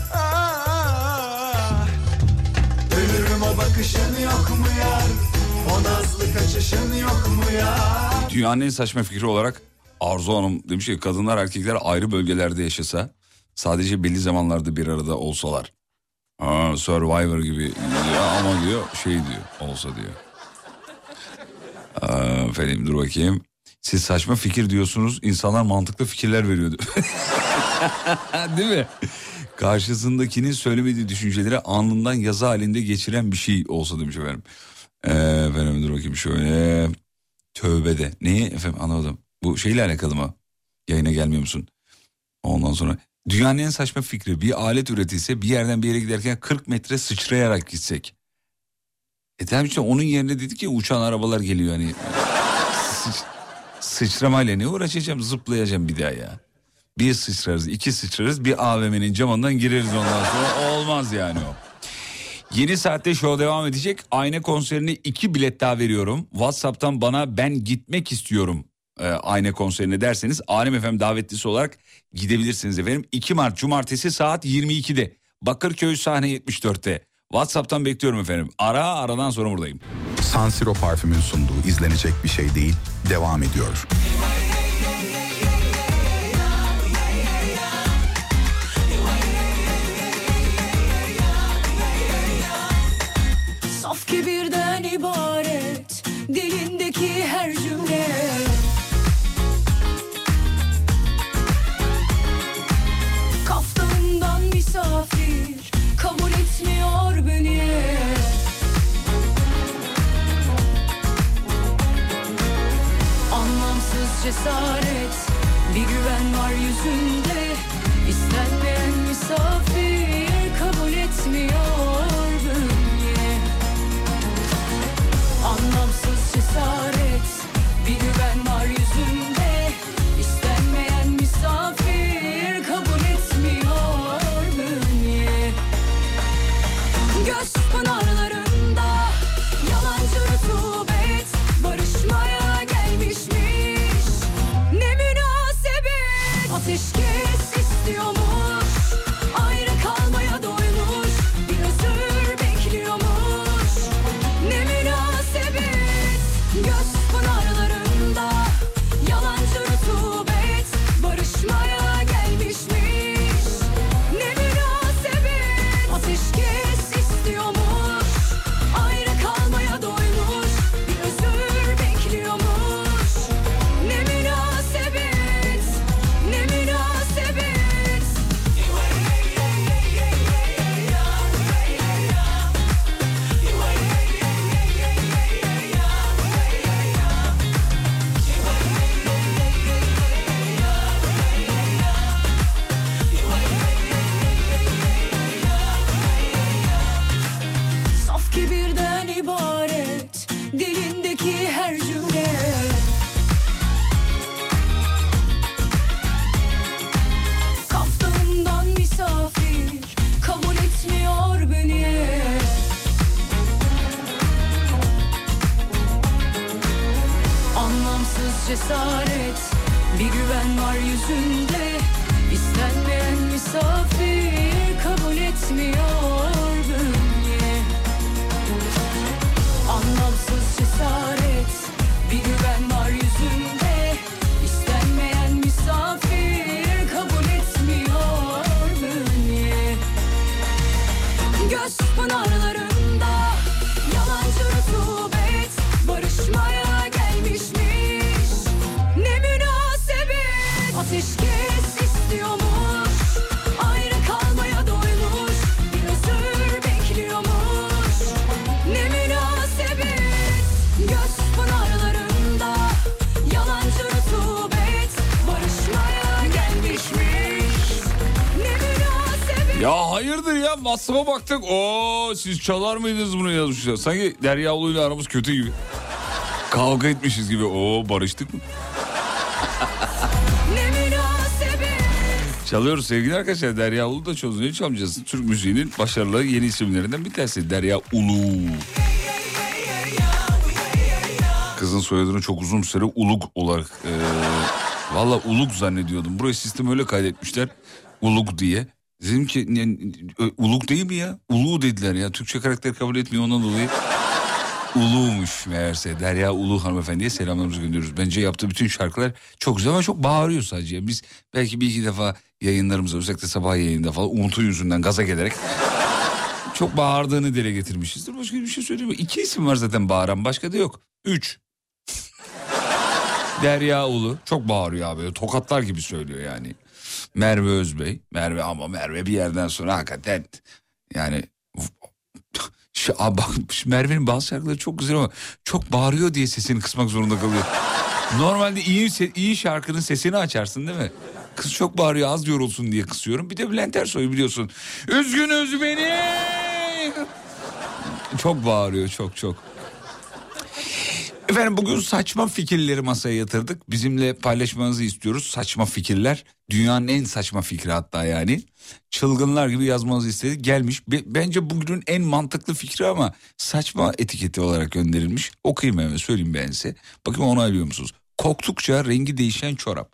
Ah, ölürüm o bakışın yok mu yar? O nazlı kaçışın yok mu yar? Dünyanın en saçma fikri olarak Arzu Hanım demiş ki kadınlar erkekler ayrı bölgelerde yaşasa, sadece belli zamanlarda bir arada olsalar. Ha, Survivor gibi diyor ama diyor şey diyor olsa diyor. Aa, efendim dur bakayım. Siz saçma fikir diyorsunuz, insanlar mantıklı fikirler veriyordu. Değil mi? Karşısındakinin söylemediği düşünceleri anından yazı halinde geçiren bir şey olsa demiş efendim. Ee, efendim dur bakayım şöyle. Tövbede. Neyi efendim anlamadım. Bu şeyle alakalı mı? Yayına gelmiyor musun? Ondan sonra dünyanın en saçma fikri, bir alet üretilse bir yerden bir yere giderken kırk metre sıçrayarak gitsek. E tamam işte onun yerine dedik ki uçan arabalar geliyor hani. Sıç, sıçramayla ne uğraşacağım, zıplayacağım bir daha ya. Bir sıçrarız, iki sıçrarız, bir A V M'nin camından gireriz ondan sonra, olmaz yani o. Yeni saatte show devam edecek. Ayna konserine iki bilet daha veriyorum. WhatsApp'tan bana ben gitmek istiyorum e, Ayna konserine derseniz Alem F M davetlisi olarak gidebilirsiniz efendim. iki Mart Cumartesi saat yirmi ikide Bakırköy sahne yetmiş dörtte. WhatsApp'tan bekliyorum efendim. Ara aradan sonra buradayım. San Siro parfümün sunduğu izlenecek bir şey değil devam ediyor. Saf kibirden ibaret dilindeki her cümle. Kaftanından misafir kabul etmiyor beni. Anlamsız cesaret, bir güven var yüzünde. İstenmeyen misafir kabul etmiyor beni. Anlamsız cesaret, bir güven var yüzünde. İstenmeyen misafir kabul etmiyor beni. Göz pınarlarında yalancı rutubet barışmaya gelmişmiş. Ne münasebet, ateşkes istiyormuş. Ayrı kalmaya doymuş, bir özür bekliyormuş. Ne münasebet, göz pınarlarında yalancı rutubet barışmaya gelmişmiş. Ne münasebet, ateşkes istiyormuş. Ayrı kalmaya doymuş, bir özür bekliyormuş. Ne münasebet, ne münasebet. Saf kibirden ibaret dilindeki her cümle. Kaftanından misafir kabul etmiyor beni. Anlamsız cesaret, bir güven var yüzünde. İstenmeyen misafir kabul etmiyor beni. Anlamsız cesaret, bir güven var yüzünde. İstenmeyen misafir kabul etmiyor beni. Göz pınarlarında yalancı rutubet barışmaya gelmişmiş. Ne münasebet, ateşkes istiyormuş. Ayrı kalmaya doymuş, bir özür bekliyormuş. Ne münasebet, göz pınarlarında yalancı rutubet barışmaya gelmişmiş. Ne münasebet. Ya hayırdır ya, WhatsApp'a baktık. Oo siz çalar mıydınız bunu yazmışlar. Sanki Derya Ulu ile aramız kötü gibi. Kavga etmişiz gibi. Oo barıştık mı? Ne münasebet. Çalıyoruz sevgili arkadaşlar. Derya Ulu da çalıyoruz. Ne çalmayacağız? Türk müziğinin başarılı yeni isimlerinden bir tanesi. Derya Ulu. Kızın soyadını çok uzun süre Uluk olarak... E, Valla Uluk zannediyordum. Buraya sistem öyle kaydetmişler. Uluk diye. Dedim ki yani, Uluk değil mi ya? Ulu dediler ya. Türkçe karakter kabul etmiyor ondan dolayı. Ulu'muş meğerse. Derya Ulu hanımefendiye selamlarımızı gönderiyoruz. Bence yaptığı bütün şarkılar çok güzel ama çok bağırıyor sadece. Biz belki bir iki defa yayınlarımızda, özellikle sabah yayında falan Umut'un yüzünden gaza gelerek çok bağırdığını dile getirmişizdir. Başka bir şey söyleyeyim mi? İki isim var zaten bağıran, başka da yok. Üç. Derya Ulu çok bağırıyor abi. Tokatlar gibi söylüyor yani. Merve Özbey. Merve ama Merve bir yerden sonra hakikaten yani... Şu, abi bak Merve'nin bazı şarkıları çok güzel ama çok bağırıyor diye sesini kısmak zorunda kalıyor. Normalde iyi iyi şarkının sesini açarsın değil mi? Kız çok bağırıyor, az yorulsun diye kısıyorum. Bir de Bülent Ersoy biliyorsun. Üzgünüz beni. Çok bağırıyor, çok çok. Efendim bugün saçma fikirleri masaya yatırdık. Bizimle paylaşmanızı istiyoruz. Saçma fikirler. Dünyanın en saçma fikri hatta yani. Çılgınlar gibi yazmanızı istedik. Gelmiş. Bence bugünün en mantıklı fikri ama saçma etiketi olarak gönderilmiş. Okuyayım hemen, söyleyeyim ben size. Bakın onaylıyor musunuz? Koktukça rengi değişen çorap.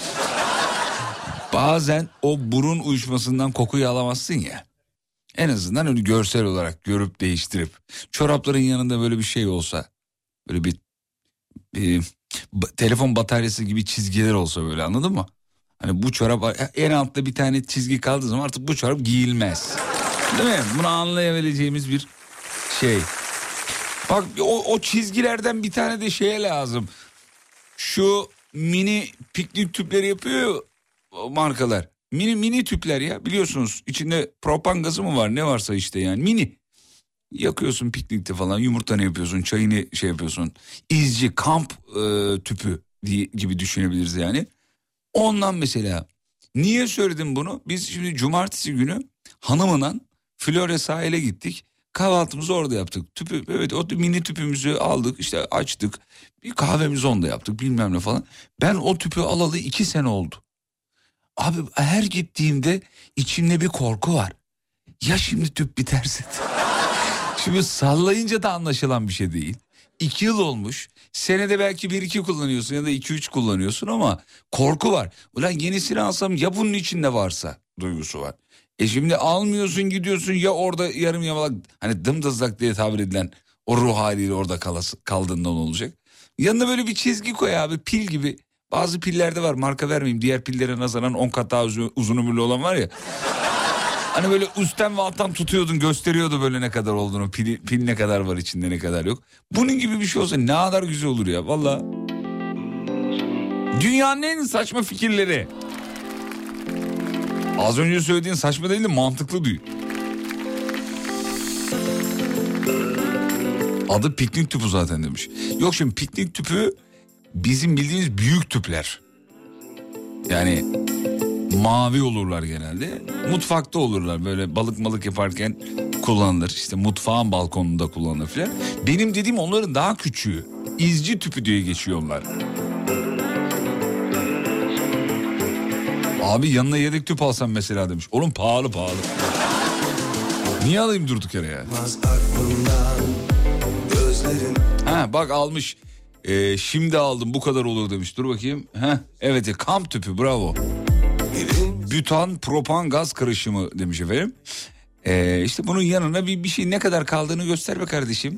Bazen o burun uyuşmasından kokuyu alamazsın ya. En azından onu görsel olarak görüp değiştirip. Çorapların yanında böyle bir şey olsa. Böyle bir, bir telefon bataryası gibi çizgiler olsa böyle, anladın mı? Hani bu çorap en altta bir tane çizgi kaldığı zaman artık bu çorap giyilmez. Değil mi? Bunu anlayabileceğimiz bir şey. Bak o, o çizgilerden bir tane de şeye lazım. Şu mini piknik tüpleri yapıyor markalar. Mini mini tüpler ya, biliyorsunuz. İçinde propan gazı mı var ne varsa işte yani mini. Yakıyorsun piknikte falan, yumurtanı yapıyorsun, çayını şey yapıyorsun. İzci kamp e, tüpü diye, gibi düşünebiliriz yani. Ondan mesela. Niye söyledim bunu? Biz şimdi cumartesi günü hanımla Florya sahile gittik. Kahvaltımızı orada yaptık. Tüpü, evet o mini tüpümüzü aldık, işte açtık. Bir kahvemizi onda yaptık bilmem ne falan. Ben o tüpü alalı iki sene oldu. Abi her gittiğimde içimde bir korku var. Ya şimdi tüp biterse? Şimdi sallayınca da anlaşılan bir şey değil. İki yıl olmuş. Senede belki bir iki kullanıyorsun ya da iki üç kullanıyorsun ama korku var. Ulan yenisini alsam ya bunun içinde varsa duygusu var. E şimdi almıyorsun, gidiyorsun ya orada yarım yamalak, hani dımdızlak diye tabir edilen o ruh haliyle orada kalası, kaldığından olacak. Yanına böyle bir çizgi koy abi, pil gibi. Bazı pillerde var, marka vermeyeyim, diğer pillere nazaran on kat daha uzun, uzun ömürlü olan var ya. Hani böyle üstten ve alttan tutuyordun, gösteriyordu böyle ne kadar olduğunu, pil, pil ne kadar var içinde ne kadar yok. Bunun gibi bir şey olsa ne kadar güzel olur ya valla. Dünyanın en saçma fikirleri. Az önce söylediğin saçma değil de mantıklı diyor. Adı piknik tüpü zaten demiş. Yok şimdi piknik tüpü bizim bildiğimiz büyük tüpler. Yani mavi olurlar genelde. Mutfakta olurlar, böyle balık malık yaparken kullanılır. İşte mutfağın balkonunda kullanılır falan. Benim dediğim onların daha küçüğü. İzci tüpü diye geçiyorlar. Abi yanına yedek tüp alsam mesela demiş. Oğlum pahalı pahalı. Niye alayım durduk yere ya? Ha bak almış. Ee, şimdi aldım bu kadar olur demiş. Dur bakayım. Heh, evet kamp tüpü, bravo. Bütan propan gaz karışımı demiş efendim. Ee, işte bunun yanına bir, bir şey ne kadar kaldığını göster be kardeşim.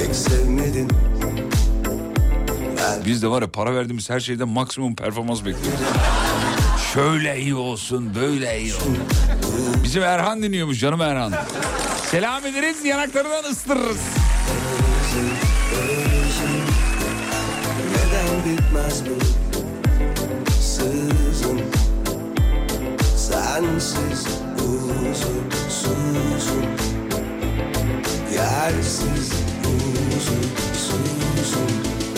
Biz de var ya para verdiğimiz her şeyden maksimum performans bekliyoruz. Şöyle iyi olsun, böyle iyi olsun. Bizim Erhan dinliyormuş, canım Erhan. Selam ederiz, yanaklarından ısırırız. Neden bitmez bu sızım, sensiz huzursuzum, yersiz huzursuzum.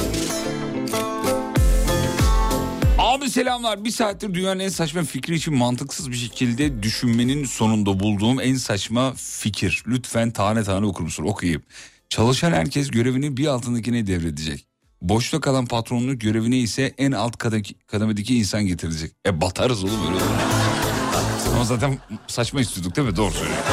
Abi selamlar, bir saattir dünyanın en saçma fikri için mantıksız bir şekilde düşünmenin sonunda bulduğum en saçma fikir. Lütfen tane tane okur musun? Okuyayım. Çalışan herkes görevini bir altındakine devredecek. Boşta kalan patronluk görevine ise en alt kademedeki insan getirecek. E batarız oğlum öyle olur. Ama zaten saçma istiyorduk değil mi? Doğru söylüyor.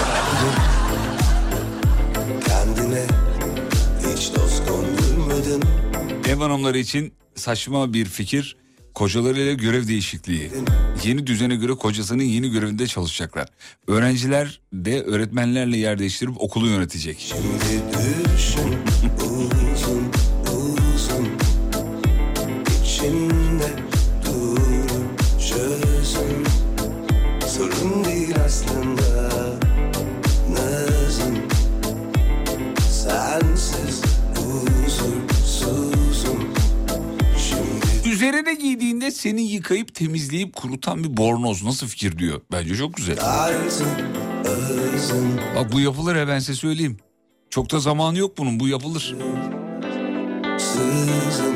Kendine hiç dost kondurmadın. Ev hanımları için saçma bir fikir. Kocalarıyla görev değişikliği. Yeni düzene göre kocasının yeni görevinde çalışacaklar. Öğrenciler de öğretmenlerle yer değiştirip okulu yönetecek. Şimdi düşün uzun uzun içinde durup çözün. Sorun değil aslında nazım. Sensiz huzursuzum. Üzerine giydiğinde seni yıkayıp temizleyip kurutan bir bornoz nasıl fikir diyor. Bence çok güzel. Bak bu yapılır ya, ben size söyleyeyim. Çok da zamanı yok bunun, bu yapılır. Sızım,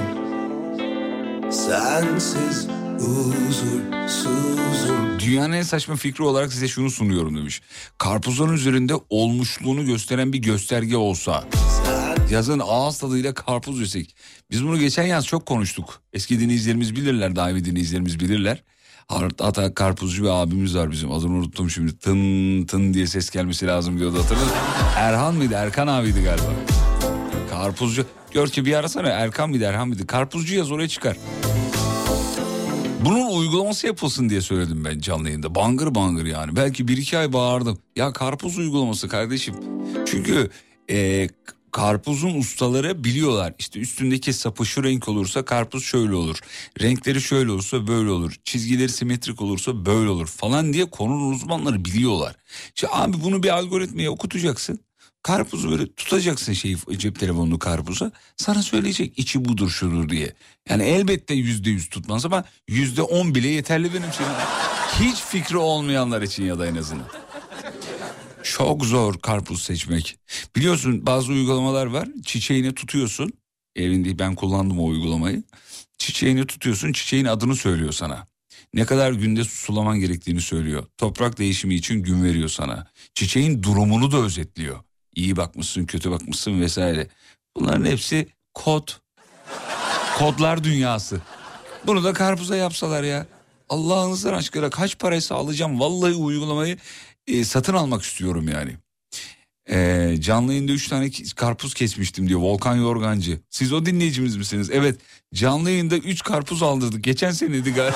sensiz huzursuzum. Dünyanın en saçma fikri olarak size şunu sunuyorum demiş. Karpuzların üzerinde olmuşluğunu gösteren bir gösterge olsa. Yazın ağız tadıyla karpuz yesek. Biz bunu geçen yaz çok konuştuk. Eski dinleyicilerimiz bilirler, daimi dinleyicilerimiz bilirler. Hatta karpuzcu bir abimiz var bizim, adını unuttum şimdi. Tın tın diye ses gelmesi lazım diyordu, hatırladın mı? Erhan mıydı? Erkan abiydi galiba. Karpuzcu. Gör ki bir arasana, Erkan mıydı Erhan mıydı? Karpuzcu yaz, oraya çıkar. Bunun uygulaması yapılsın diye söyledim ben canlı yayında. Bangır bangır yani. Belki bir iki ay bağırdım. Ya karpuz uygulaması kardeşim. Çünkü e, karpuzun ustaları biliyorlar. İşte üstündeki sapı şu renk olursa karpuz şöyle olur. Renkleri şöyle olursa böyle olur. Çizgileri simetrik olursa böyle olur falan diye konunun uzmanları biliyorlar. İşte abi bunu bir algoritmaya okutacaksın. Karpuzu böyle tutacaksın şeyi, cep telefonunu karpuza. Sana söyleyecek içi budur şudur diye. Yani elbette yüzde yüz tutmaz ama yüzde on bile yeterli benim için. Hiç fikri olmayanlar için ya da en azından. Çok zor karpuz seçmek. Biliyorsun bazı uygulamalar var. Çiçeğini tutuyorsun. Evinde ben kullandım o uygulamayı. Çiçeğini tutuyorsun, çiçeğin adını söylüyor sana. Ne kadar günde sulaman gerektiğini söylüyor. Toprak değişimi için gün veriyor sana. Çiçeğin durumunu da özetliyor. İyi bakmışsın, kötü bakmışsın vesaire. Bunların hepsi kod. Kodlar dünyası. Bunu da karpuza yapsalar ya. Allah'ınızdan aşkına kaç paraysa alacağım. Vallahi uygulamayı e, satın almak istiyorum yani. E, canlı yayında üç tane karpuz kesmiştim diyor Volkan Yorgancı. Siz o dinleyicimiz misiniz? Evet, canlı yayında üç karpuz aldırdık. Geçen seneydi galiba.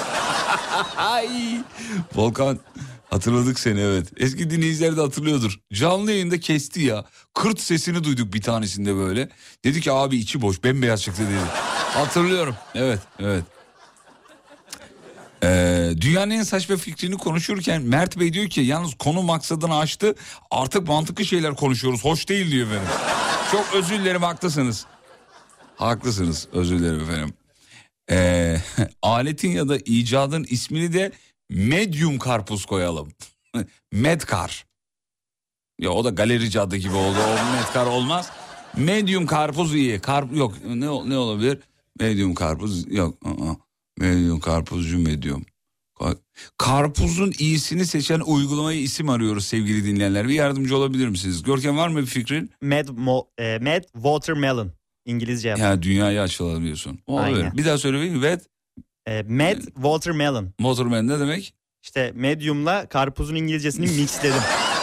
Volkan, hatırladık seni, evet. Eski dinleyiciler de hatırlıyordur. Canlı yayında kesti ya. Kırt sesini duyduk bir tanesinde böyle. Dedi ki abi içi boş, bembeyaz çıktı dedi. Hatırlıyorum. Evet, evet. Ee, dünyanın en saçma fikrini konuşurken Mert Bey diyor ki yalnız konu maksadını aştı. Artık mantıklı şeyler konuşuyoruz. Hoş değil diyor efendim. Çok özür dilerim, haklısınız. Haklısınız, özür dilerim efendim. Ee, aletin ya da icadın ismini de medium karpuz koyalım. Medkar. Ya o da galerici adı gibi oldu. O Medkar olmaz. Medium karpuz iyi. Karp yok. Ne ne olabilir? Medium karpuz yok. Uh-uh. Medium karpuzcu medium. Karpuzun iyisini seçen uygulamaya isim arıyoruz sevgili dinleyenler. Bir yardımcı olabilir misiniz? Görkem, var mı bir fikrin? Mad, mo, e, Mad Watermelon. İngilizce yap. Ya dünyayı açılabiliyorsun. Bir daha söyle. Mad, e, Mad Watermelon. Watermelon ne demek? İşte medium'la karpuzun İngilizcesini mixledim.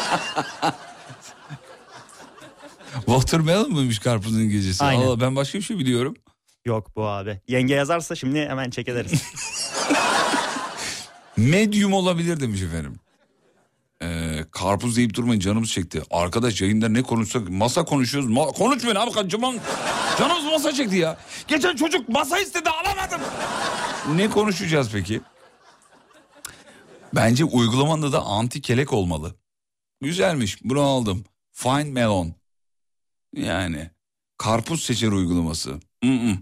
Watermelon mıymış karpuzun İngilizcesi? Aynen. Allah, ben başka bir şey biliyorum. Yok bu abi. Yenge yazarsa şimdi hemen check ederiz. Medium olabilir demiş efendim. Ee, karpuz deyip durmayın, canımız çekti. Arkadaş yayında ne konuşsak, masa konuşuyoruz. Ma- konuşmayın abi, canım, canımız masa çekti ya. Geçen çocuk masa istedi, alamadım. Ne konuşacağız peki? Bence uygulamanda da anti kelek olmalı. Güzelmiş, bunu aldım. Find melon. Yani karpuz seçer uygulaması. Ee,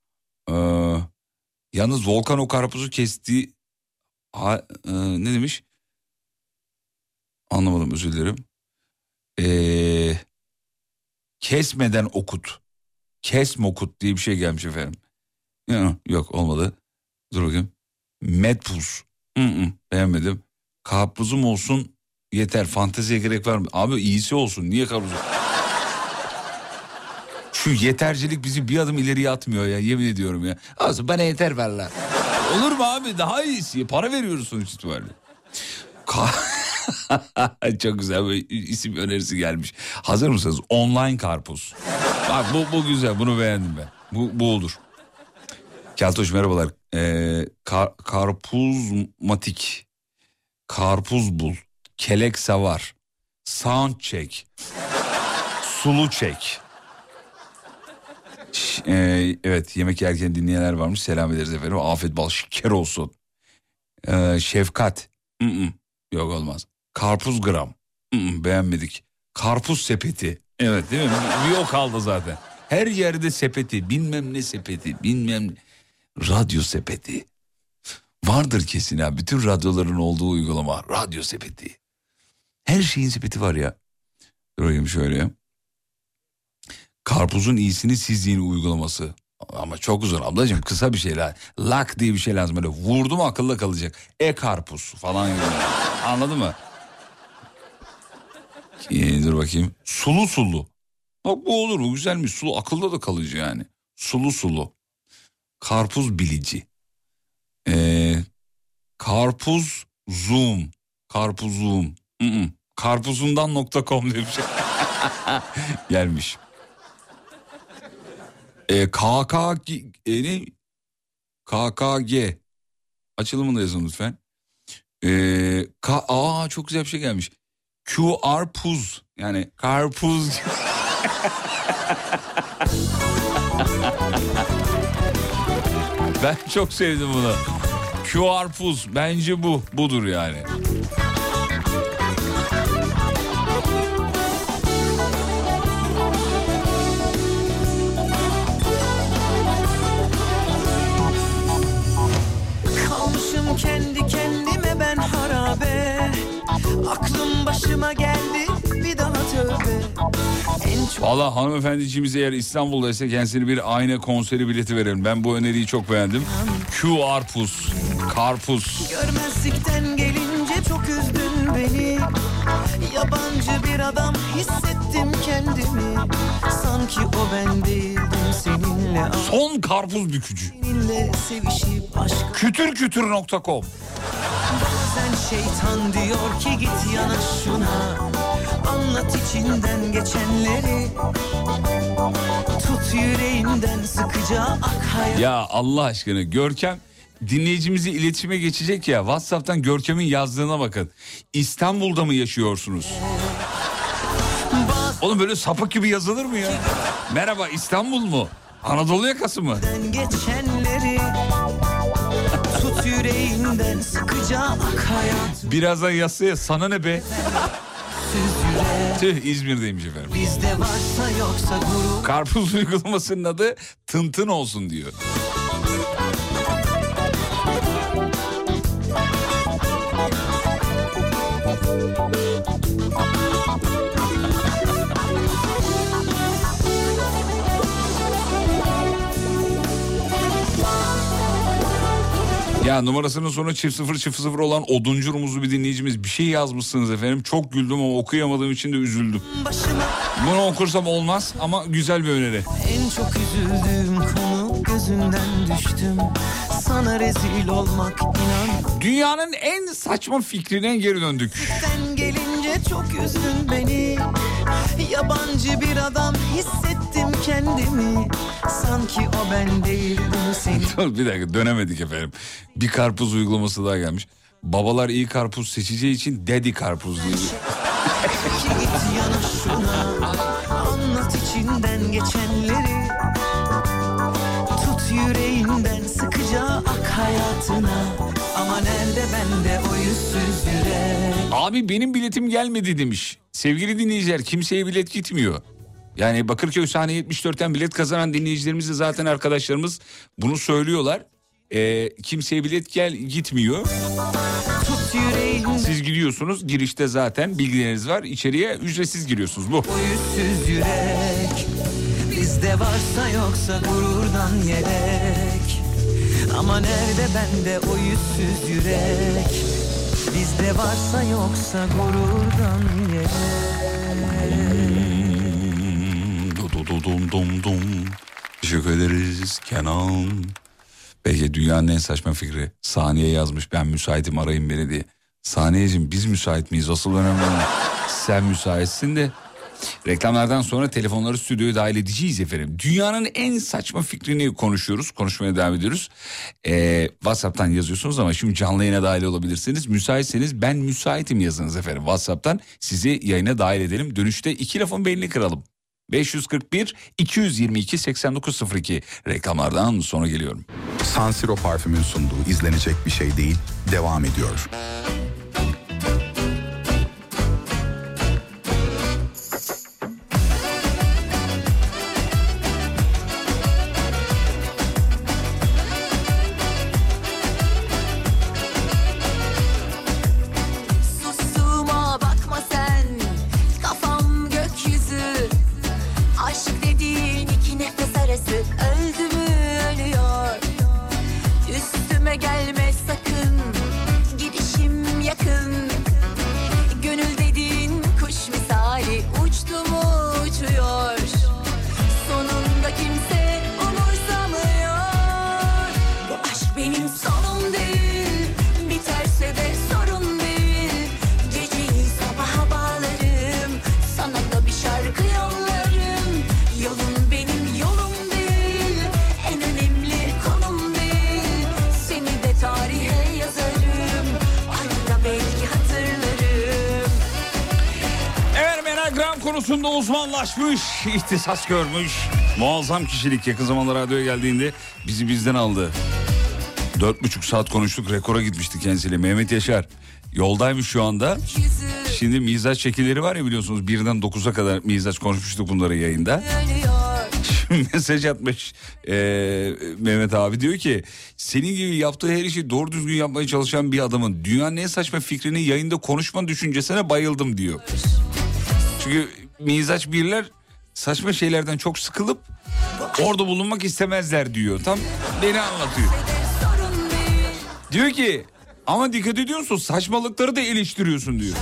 yalnız Volkan o karpuzu kesti. Ha, e, ne demiş? Anlamadım, özür dilerim. Ee, kesmeden okut. Kesme okut diye bir şey gelmiş efendim. Yok, yok olmadı. Dur bakayım. Medpuz. Hı-hı, beğenmedim. Karpuzum olsun yeter. Fanteziye gerek var mı? Abi iyisi olsun. Niye karpuz? Şu yetercilik bizi bir adım ileriye atmıyor ya, yemin ediyorum ya. Aslında bana yeter ver lan. Olur mu abi, daha iyisi. Para veriyoruz sonuç itibariyle. Ka- Çok güzel bir isim önerisi gelmiş. Hazır mısınız? Online karpuz. Bak bu, bu güzel, bunu beğendim ben. Bu, bu olur. Keltoş merhabalar. Ee, kar, karpuzmatik. Karpuz bul. Kelek savar. Sound check. Sulu çek. Ee, evet, yemek yerken dinleyenler varmış. Selam ederiz efendim. Afiyet bal şeker olsun. Ee, şefkat. Mm-mm. Yok olmaz. Karpuz gram. Mm-mm. Beğenmedik. Karpuz sepeti. Evet değil mi? Bir o kaldı zaten. Her yerde sepeti. Bilmem ne sepeti. Bilmem ne. Radyo sepeti. Vardır kesin ya. Bütün radyoların olduğu uygulama. Radyo sepeti. Her şeyin sepeti var ya. Durayım şöyle. Karpuzun iyisini siz yiyin uygulaması. Ama çok uzun ablacığım, kısa bir şey lazım. Lak diye bir şey lazım, böyle vurdum akılda kalacak. E-karpuz falan gibi. Anladın mı? Ee, dur bakayım. Sulu sulu. Bak bu olur, bu güzelmiş. Sulu, akılda da kalıcı yani. Sulu sulu. Karpuz bilici. Ee, karpuz zoom. Karpuz zoom. Mm-mm. Karpuzundan nokta com diye bir şey. Gelmiş. E, K K G, e, ne? K K G açılımını da yazın lütfen. E, K, aa çok güzel bir şey gelmiş. Q R puz, yani karpuz. Ben çok sevdim bunu. Q R puz, bence bu budur yani. Kendi kendime ben harabe, aklım başıma geldi bir daha tövbe. Çok... Valla hanımefendiciğimiz eğer İstanbul'daysa kendisine bir ayna konseri bileti verelim. Ben bu öneriyi çok beğendim. Q arpuz, karpuz. Görmezlikten gelince çok üzdün beni. Yabancı bir adam hissettim kendimi. Sanki o ben değildim seninle. Son karpuz bükücü. Seninle sevişip aşk. Kütür kütür nokta com. Bazen şeytan diyor ki git yanaş şuna. Anlat içinden geçenleri. Tut yüreğinden sıkıca ak hayat. Ya Allah aşkına Görkem dinleyicimizi iletişime geçecek ya. WhatsApp'tan Görkem'in yazdığına bakın. İstanbul'da mı yaşıyorsunuz? Oğlum böyle sapık gibi yazılır mı ya? Merhaba, İstanbul mu? Anadolu yakası mı? Geçenleri tut yüreğinden sıkıca ak hayat. Birazdan yazsaya sana ne be? Tüh, İzmir'deymiş efendim. Bizde varsa yoksa gurur. Karpuz uygulamasının adı Tıntın olsun diyor. Ya numarasının sonu çift sıfır çift sıfır olan oduncu rumuzlu bir dinleyicimiz, bir şey yazmışsınız efendim. Çok güldüm ama okuyamadığım için de üzüldüm. Başıma... Bunu okursam olmaz ama güzel bir öneri. En çok üzüldüğüm konu, gözünden düştüm. Sana rezil olmak inan. Dünyanın en saçma fikrine geri döndük. Sen gelince çok üzdün beni. Yabancı bir adam hissettim kendimi. Sanki o ben değildim senin. Bir dakika, dönemedik efendim. Bir karpuz uygulaması daha gelmiş. Babalar iyi karpuz seçeceği için dedi karpuz diyor. Git yana şuna, anlat içinden geçenleri. Tut yüreğinden sıkıca ak hayatına. Ama nerede bende o yüzsüz yürek? Abi benim biletim gelmedi demiş. Sevgili dinleyiciler, kimseye bilet gitmiyor. Yani Bakırköy sahne yetmiş dörtten bilet kazanan dinleyicilerimiz de zaten arkadaşlarımız bunu söylüyorlar. Ee, kimseye bilet gel gitmiyor. Siz gidiyorsunuz, girişte zaten bilgileriniz var. İçeriye ücretsiz giriyorsunuz, bu. O yüzsüz yürek bizde varsa yoksa gururdan yelek. Ama nerede bende o yüzsüz yürek? Bizde varsa yoksa gururdan yelek. Dum dum dum. Teşekkür ederiz Kenan. Belki dünyanın en saçma fikri. Saniye yazmış, ben müsaitim arayın beni diye. Saniyeciğim, biz müsait miyiz? Asıl önemli olan sen müsaitsin de Reklamlardan sonra telefonları stüdyoya dahil edeceğiz efendim. Dünyanın en saçma fikrini konuşuyoruz. Konuşmaya devam ediyoruz. Ee, WhatsApp'tan yazıyorsunuz ama şimdi canlı yayına dahil olabilirsiniz. Müsaitseniz ben müsaitim yazınız efendim. WhatsApp'tan sizi yayına dahil edelim. Dönüşte iki lafın belini kıralım. beş yüz kırk bir iki yüz yirmi iki seksen dokuz sıfır iki reklamlardan sonra geliyorum. San Siro parfümün sunduğu izlenecek bir şey değil, devam ediyor. Susuma bakma sen, kafam gökyüzü. Aşk dediğin iki nefes arası, öldü mü ölüyor. Üstüme gelme sakın, gidişim yakın. Gönül dediğin kuş misali, uçtu mu uçuyor. Sonunda kimse umursamıyor. Bu aşk benim sonum değil, biterse de sorun değil. Geceyi sabaha bağlarım, sana da bir şarkı yollarım. Yolun benim yolum değil, en önemli konum değil. Seni de tarihe yazarım, arada belki hatırlarım. Evet, Enagram konusunda uzmanlaşmış, ihtisas görmüş. Muazzam kişilik yakın zamanda radyoya geldiğinde bizi bizden aldı. Dört buçuk saat konuştuk, rekora gitmişti kendisiyle. Mehmet Yaşar yoldaymış şu anda. Şimdi mizaç şekilleri var ya, biliyorsunuz birden dokuza kadar mizaç konuşmuştuk bunları yayında. Şimdi mesaj atmış ee, Mehmet abi, diyor ki senin gibi yaptığı her işi doğru düzgün yapmaya çalışan bir adamın dünyanın en saçma fikrini yayında konuşma düşüncesine bayıldım diyor. Çünkü mizaç birler saçma şeylerden çok sıkılıp orada bulunmak istemezler diyor. Tam beni anlatıyor. Diyor ki ama dikkat ediyorsun, saçmalıkları da eleştiriyorsun diyor.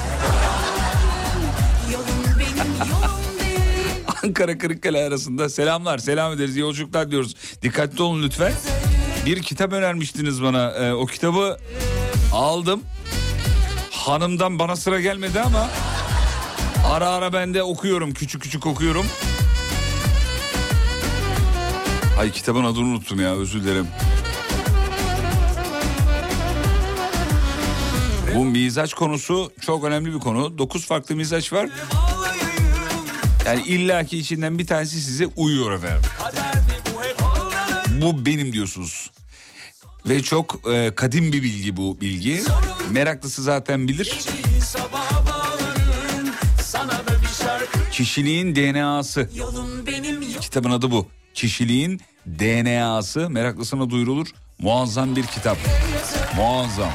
Ankara Kırıkkale arasında selamlar, selam ederiz, yolculuklar diyoruz. Dikkatli olun lütfen. Bir kitap önermiştiniz bana, ee, o kitabı aldım. Hanımdan bana sıra gelmedi ama ara ara ben de okuyorum, küçük küçük okuyorum. Ay, kitabın adını unuttum ya, özür dilerim. Bu mizaç konusu çok önemli bir konu. Dokuz farklı mizaç var. Yani illaki içinden bir tanesi size uyuyor efendim. Bu benim diyorsunuz. Ve çok e, kadim bir bilgi bu bilgi. Meraklısı zaten bilir. Kişiliğin D N A'sı. Kitabın adı bu. Kişiliğin D N A'sı. Meraklısına duyurulur. Muazzam bir kitap. Muazzam.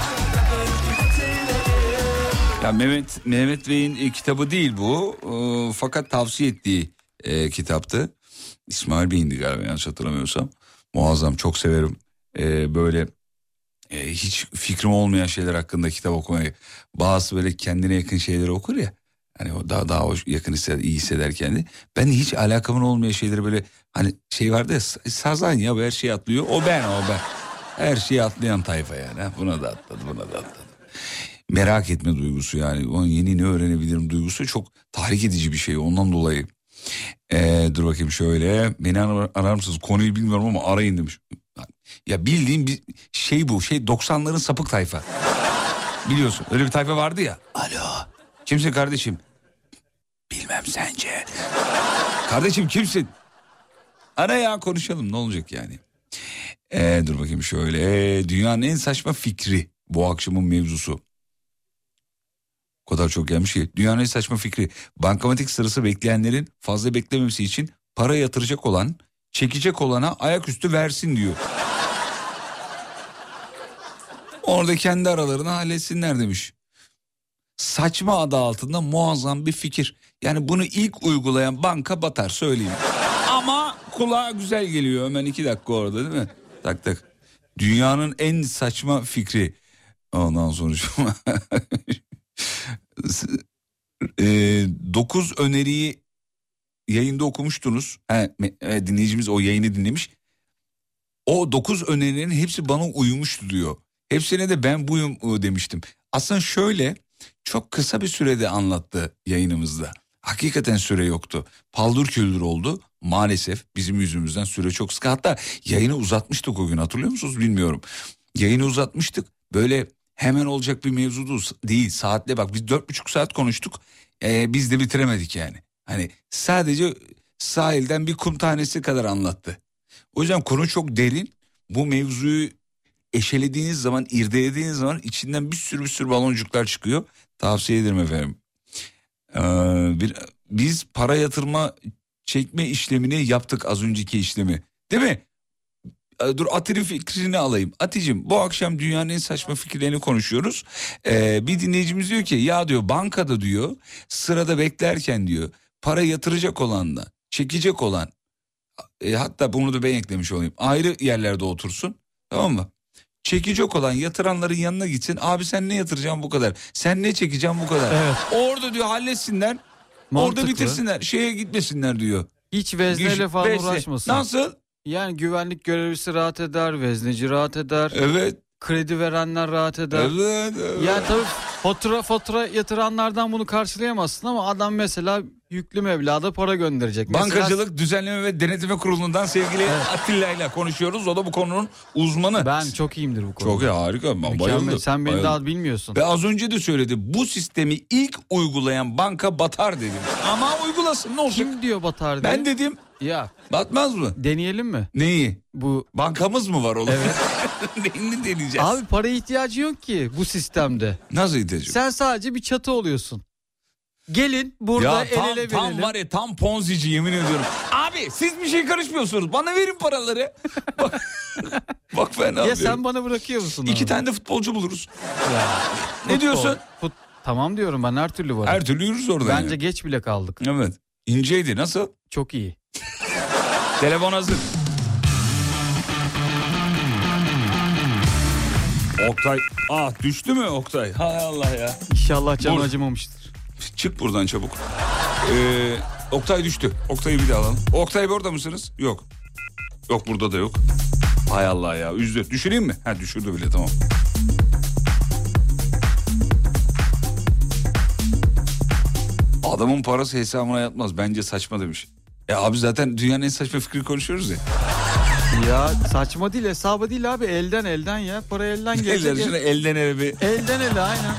Ya Mehmet Mehmet Bey'in e, kitabı değil bu. E, fakat tavsiye ettiği e, kitaptı. İsmail Bey'indi galiba, yanlış hatırlamıyorsam. Muazzam, çok severim. E, böyle e, hiç fikrim olmayan şeyler hakkında kitap okumayı. Bazı böyle kendine yakın şeyleri okur ya. Hani o daha daha hoş, yakın hisseder, iyi hisseder kendi. Ben hiç alakamın olmayan şeyleri böyle, hani şey vardı ya, sazan ya, her şeyi atlıyor. O ben o ben. Her şeyi atlayan tayfa yani. Buna da atladı, buna da atladı. Merak etme duygusu yani. Onun yeni ne öğrenebilirim duygusu çok tahrik edici bir şey. Ondan dolayı. Ee, dur bakayım şöyle. Beni arar, arar mısınız? Konuyu bilmiyorum ama arayın demiş. Ya bildiğim bir şey bu. Şey doksanların sapık tayfa. Biliyorsun öyle bir tayfa vardı ya. Alo. Kimsin kardeşim? Bilmem, sence. Kardeşim kimsin? Ara ya, konuşalım, ne olacak yani. Ee, dur bakayım şöyle. Dünyanın en saçma fikri. Bu akşamın mevzusu. O kadar çok gelmiş ki. Dünyanın en saçma fikri. Bankamatik sırası bekleyenlerin fazla beklememesi için para yatıracak olan, çekecek olana ayaküstü versin diyor. Orada kendi aralarına halletsinler demiş. Saçma adı altında muazzam bir fikir. Yani bunu ilk uygulayan banka batar, söyleyeyim. Ama kulağa güzel geliyor. Hemen iki dakika orada değil mi? Tak tak. Dünyanın en saçma fikri. Ondan sonra e, dokuz öneriyi yayında okumuştunuz. He, dinleyicimiz o yayını dinlemiş. O dokuz önerilerin hepsi bana uymuştu diyor. Hepsine de ben buyum demiştim. Aslında şöyle, çok kısa bir sürede anlattı yayınımızda. Hakikaten süre yoktu. Paldır küldür oldu. Maalesef bizim yüzümüzden süre çok sıkı. Hatta yayını uzatmıştık o gün, hatırlıyor musunuz bilmiyorum. Yayını uzatmıştık. Böyle hemen olacak bir mevzu değil. Saatle bak, biz dört buçuk saat konuştuk. Ee, biz de bitiremedik yani. Hani sadece sahilden bir kum tanesi kadar anlattı. O yüzden konu çok derin. Bu mevzuyu eşelediğiniz zaman, irdelediğiniz zaman içinden bir sürü bir sürü baloncuklar çıkıyor. Tavsiye ederim efendim. Ee, bir, biz para yatırma çekme işlemini yaptık, az önceki işlemi. Değil mi? Ee, dur Ati'nin fikrini alayım. Ati'cim, bu akşam dünyanın en saçma fikirlerini konuşuyoruz. Ee, bir dinleyicimiz diyor ki ya diyor, bankada diyor sırada beklerken diyor para yatıracak olanla çekecek olan, e, hatta bunu da ben eklemiş olayım, ayrı yerlerde otursun, tamam mı? Çekecek olan yatıranların yanına gitsin. Abi sen ne yatıracaksın bu kadar? Sen ne çekeceksin bu kadar? Evet. Orada diyor halletsinler. Mantıklı. Orada bitirsinler. Şeye gitmesinler diyor. Hiç vezneyle falan Vezne. uğraşmasın. Nasıl? Yani güvenlik görevlisi rahat eder, vezneci rahat eder. Evet. Kredi verenler rahat eder. Evet, evet. Yani tabii fatura fatura yatıranlardan bunu karşılayamazsın ama adam mesela yüklü meblağda para gönderecek. Bankacılık mesela... Düzenleme ve Denetleme Kurulu'ndan sevgili evet. Atilla ile konuşuyoruz. O da bu konunun uzmanı. Ben çok iyiyimdir bu konuda. Çok iyi, harika. Ben Mükemmel. bayıldım. Sen beni bayıldım. daha bilmiyorsun. Ve az önce de söyledi. Bu sistemi ilk uygulayan banka batar dedim. Ama uygulasın, ne olacak? Kim diyor batar diye? Ben dedim. Ya. Batmaz mı? Deneyelim mi? Neyi? Bu bankamız mı var oğlum? Evet. Neyini deneyeceğiz? Abi para ihtiyacı yok ki bu sistemde. Nasıl ihtiyacı? Sen sadece bir çatı oluyorsun. Gelin burada ya, tam, el ele tam verelim. var ya, tam ponzici, yemin ediyorum. Abi siz bir şey karışmıyorsunuz. Bana verin paraları. Bak, bak ben ne Ya yapıyorum. sen bana bırakıyor musun? İki abi? tane de futbolcu buluruz. Ya, ne futbol, diyorsun? Fut, tamam diyorum, ben her türlü varım. Her türlü yürürüz oradan. Bence yani. geç bile kaldık. Evet. İnceydi, nasıl? Çok iyi. Telefon hazır. Oktay. Ah, düştü mü Oktay? Hay Allah ya. İnşallah canı Bur- acımamıştır. Çık buradan çabuk. Ee, Oktay düştü. Oktay'ı bir daha alalım. Oktay orada mısınız? Yok. Yok, burada da yok. Hay Allah ya. Üzdü. Düşüreyim mi? Ha, düşürdü bile, tamam. Adamın parası hesabına yatmaz. Bence saçma demiş. Ya abi zaten dünyanın en saçma fikri konuşuyoruz ya. Ya saçma değil, hesabı değil abi, elden elden ya. Para elden gelecek. Eller şuna elden ele bir. Elden ele, aynen.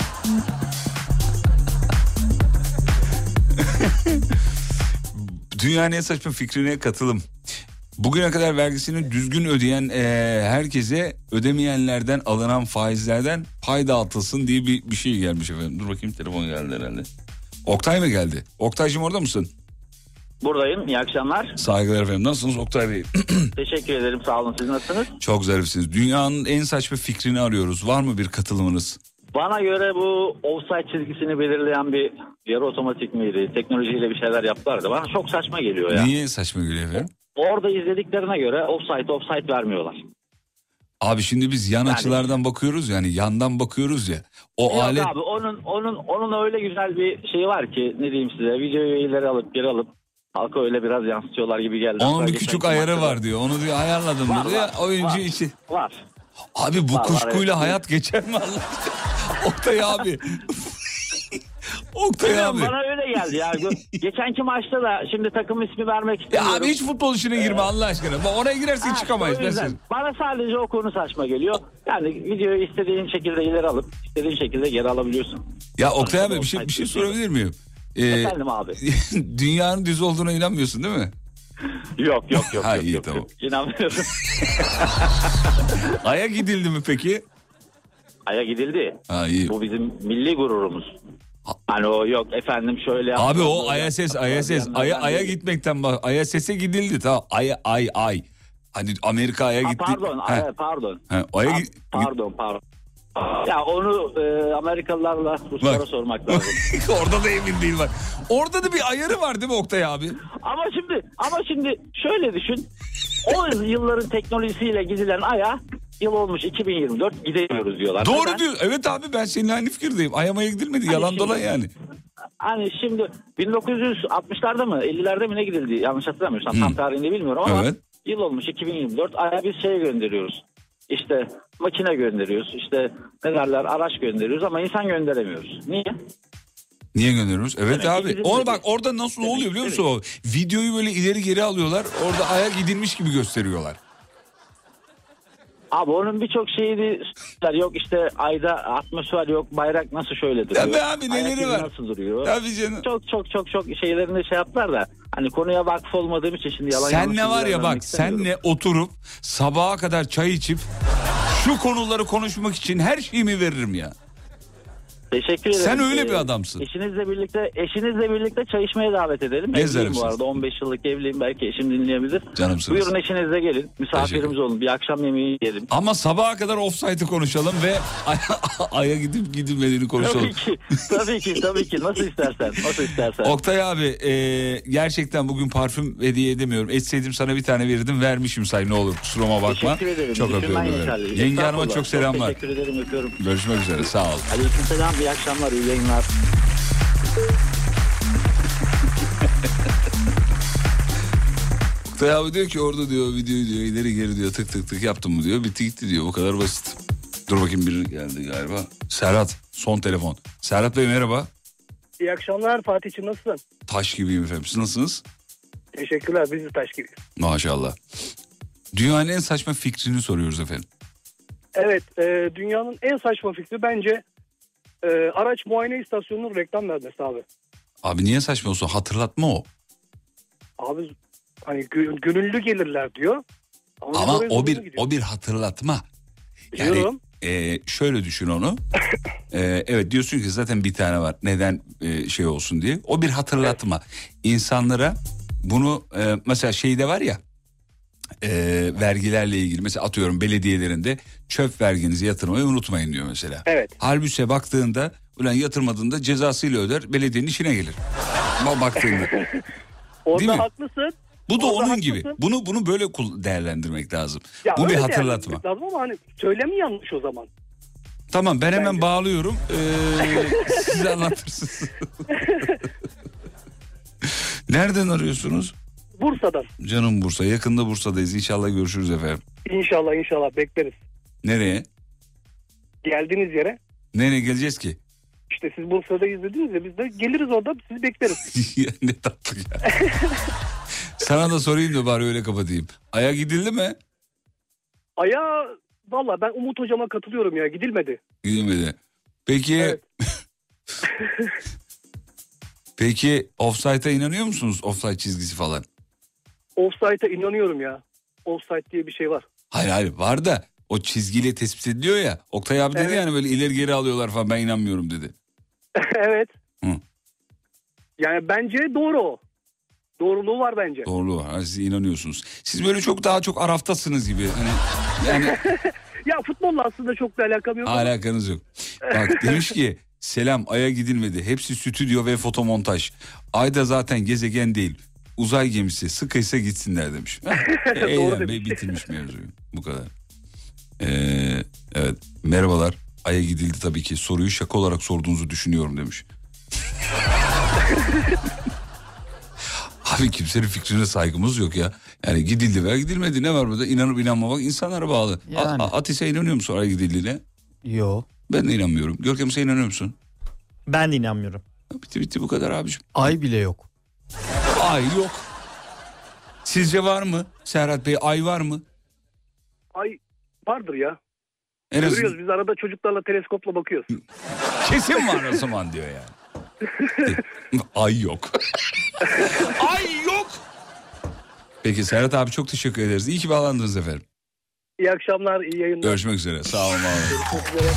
Dünyanın en saçma fikrine katılım. Bugüne kadar vergisini düzgün ödeyen e, herkese ödemeyenlerden alınan faizlerden pay dağıtılsın diye bir, bir şey gelmiş efendim. Dur bakayım, telefon geldi herhalde. Oktay mı geldi? Oktaycığım orada mısın? Buradayım. İyi akşamlar. Saygılar efendim. Nasılsınız Oktay Bey? Teşekkür ederim. Sağ olun. Siz nasılsınız? Çok zarifsiniz. Dünyanın en saçma fikrini arıyoruz. Var mı bir katılımınız? Bana göre bu offside çizgisini belirleyen bir yarı otomatik miydi? Teknolojiyle bir şeyler yaptılardı. Bana çok saçma geliyor ya. Niye saçma geliyor efendim? Orada izlediklerine göre offside offside vermiyorlar. Abi şimdi biz yan Yani- açılardan bakıyoruz, yani yandan bakıyoruz ya. O Yok alet abi, onun onun onun öyle güzel bir şeyi var ki, ne diyeyim size, videoyu ileri alıp geri alıp halka öyle biraz yansıtıyorlar gibi geldi. onun Hatta bir geçen küçük gün ayarı maçta da- var diyor. Onu diyor ayarladım Var, diyor. var, Oyuncu var. içi. Var. Abi bu Var, var, kuşkuyla evet. hayat geçer mi Allah aşkına? Oktay abi. Oktay Bilmiyorum, abi. bana öyle geldi ya. Geçenki maçta da, şimdi takım ismi vermek Ya istemiyorum. abi hiç futbol işine girme Allah aşkına. Bak oraya girersen Ha, çıkamayız. o yüzden Mesela. bana sadece o konu saçma geliyor. Yani videoyu istediğin şekilde ileri alıp istediğin şekilde geri alabiliyorsun. Ya Oktay abi bir şey bir şey sorabilir miyim? Ee, Efendim abi. dünyanın düz olduğuna inanmıyorsun değil mi? Yok yok yok. Ha, yok, iyi, yok, tamam. yok. İnanmıyorum. Ay'a gidildi mi peki? Ay'a gidildi. Ha iyi. Bu bizim milli gururumuz. Hani o yok efendim şöyle yaptım, Abi o böyle I S S, yaptım, I S S, diyenlerden Ay'a Ay'a değil. gitmekten bak. I S S'e gidildi tamam. Ay ay ay. Hani Amerika Ay'a Ha, gitti. pardon, Ha, Ay'a, pardon. ha, Ay'a Ha, git- pardon, pardon. Ya onu e, Amerikalılarla Ruslara Bak. sormak lazım. Orada da emin değil var. Orada da bir ayarı var değil mi Oktay abi? Ama şimdi ama şimdi şöyle düşün. O yılların teknolojisiyle gidilen Ay'a yıl olmuş iki bin yirmi dört, gidemiyoruz diyorlar. Doğru Neden? diyor. Evet abi ben seninle aynı fikirdeyim. Ay'a May'a gidilmedi. Hani Yalan şimdi- dolan yani. Hani şimdi bin dokuz yüz altmışlarda mı ellilerde mi ne gidildi, yanlış hatırlamıyorsam, Hı. tam tarihini bilmiyorum ama Evet. yıl olmuş iki bin yirmi dört, Ay'a biz şey gönderiyoruz. İşte makine gönderiyoruz, işte ne derler, araç gönderiyoruz ama insan gönderemiyoruz. Niye? Niye gönderiyoruz? Evet Demek ki abi. bizim Onu de- bak orada nasıl Demek- oluyor biliyor musun? O videoyu böyle ileri geri alıyorlar. Orada ayak gidilmiş gibi gösteriyorlar. Abi onun birçok şeyi de- yok işte ayda atmosfer yok, bayrak nasıl şöyle duruyor. Tabii abi, neleri ayak izi var. nasıl duruyor. Tabii canım. Çok çok çok çok şeylerini şey yaptılar da hani konuya vakıf olmadığım için şimdi yalan Sen yanlış ne var ya bilgiler bak vermek istemiyorum. senle oturup sabaha kadar çay içip şu konuları konuşmak için her şeyimi veririm ya. Teşekkür ederim. Sen öyle Ee, bir adamsın. Eşinizle birlikte eşinizle birlikte çay içmeye davet edelim. Ne Evliyim zarifsiniz. bu arada on beş yıllık evliyim, belki eşim dinleyebilir. Canımsınız. Buyurun eşinizle gelin, misafirimiz Teşekkür. olun, bir akşam yemeği yiyelim. Ama sabaha kadar offside'ı konuşalım ve aya, aya gidip gidilmediğini konuşalım. Tabii ki, tabii ki, tabii ki. Nasıl istersen, nasıl istersen. Oktay abi e, gerçekten bugün parfüm hediye edemiyorum. Etseydim sana bir tane verirdim, vermişim say ne olur kusuruma bakma. Teşekkür ederim. Çok Düşünmen öpüyorum. yeterli. efendim. Yenge hanıma Estağfurullah. çok selamlar. Teşekkür ederim, öpüyorum. Görüşmek üzere, sağ ol. Aleykümselam, iyi akşamlar, iyi yayınlar. Oktay abi diyor ki orada diyor videoyu diyor ileri geri diyor tık tık tık yaptım mı diyor, bitti gitti diyor, bu kadar basit. Dur bakayım biri geldi galiba. Serhat, son telefon. Serhat Bey merhaba. İyi akşamlar Fatih'ciğim, nasılsın? Taş gibiyim efendim, siz nasılsınız? Teşekkürler, biz de taş gibi. Maşallah. Dünyanın en saçma fikrini soruyoruz efendim. Evet, e, dünyanın en saçma fikri bence e, araç muayene istasyonunun reklam vermesi abi. Abi niye saçma olsun, hatırlatma o. Abi hani gö- gönüllü gelirler diyor. Ama, Ama oraya o zorunlu bir gidiyor. o bir hatırlatma. Yani Biliyorum. e, şöyle düşün onu. E, evet diyorsun ki zaten bir tane var. Neden e, şey olsun diye. O bir hatırlatma. İnsanlara bunu e, mesela şeyde var ya. E, vergilerle ilgili mesela atıyorum belediyelerinde çöp verginizi yatırmayı unutmayın diyor mesela. Evet. Halbuki baktığında ulan yatırmadığında cezasıyla öder, belediyenin işine gelir. Ama baktığında. Değil Orada mi? haklısın. Bu da Orada onun haklısın. gibi. Bunu bunu böyle kul- değerlendirmek lazım. Ya Bu bir öyle hatırlatma. değerlendirmek lazım ama hani söylemi yanlış o zaman. Tamam ben hemen Bence. bağlıyorum. Ee, siz anlatırsınız. Nereden arıyorsunuz? Bursa'dan. Canım Bursa. Yakında Bursa'dayız. İnşallah görüşürüz efendim. İnşallah inşallah bekleriz. Nereye? Geldiğiniz yere. Nereye geleceğiz ki? İşte siz Bursa'da izlediniz ya, biz de geliriz orada, sizi bekleriz. Ya ne tatlı ya. Sana da sorayım da bari öyle kapatayım. Aya gidildi mi? Aya valla ben Umut hocama katılıyorum ya, gidilmedi. Gidilmedi. Peki... Evet. Peki offside'a inanıyor musunuz? Offside çizgisi falan. Offside'a inanıyorum ya. Offside diye bir şey var. Hayır hayır var da o çizgiyle tespit ediliyor ya. Oktay abi dedi Evet. yani böyle ileri geri alıyorlar falan, ben inanmıyorum dedi. Evet. Hı. Yani bence doğru o. Doğruluğu var bence. Doğru var. Siz inanıyorsunuz. Siz böyle çok daha çok araftasınız gibi. Hani yani Ya futbolla aslında çok da alakam yok. ama. alakanız yok. Bak demiş ki selam, Ay'a gidilmedi. Hepsi stüdyo ve fotomontaj. Ayda zaten gezegen değil. Uzay gemisi, sıkıysa gitsinler demiş. Doğru Eylem demiş. Bey bitirmiş mevzuyu. Bu kadar. Ee, evet merhabalar. Ay'a gidildi tabii ki. Soruyu şaka olarak sorduğunuzu düşünüyorum demiş. Abi kimsenin fikrine saygımız yok ya. Yani gidildi veya gidilmedi, ne var burada? İnanıp inanmamak insanlara bağlı. Yani. A- Atis'e inanıyor musun Ay'a gidildiğine? Yo. Ben de inanmıyorum. Görkem sen inanıyor musun? Ben de inanmıyorum. Bitti bitti bu kadar abiciğim. Ay bile yok. Ay yok. Sizce var mı? Serhat Bey ay var mı? Ay vardır ya. En azından Görüyoruz biz arada çocuklarla teleskopla bakıyoruz. kesin var o zaman diyor yani. Ay yok. Ay yok. Peki Serhat abi çok teşekkür ederiz. İyi ki bağlandınız efendim. İyi akşamlar, iyi yayınlar. Görüşmek üzere. Sağ olun. Abi. Görüşmek üzere.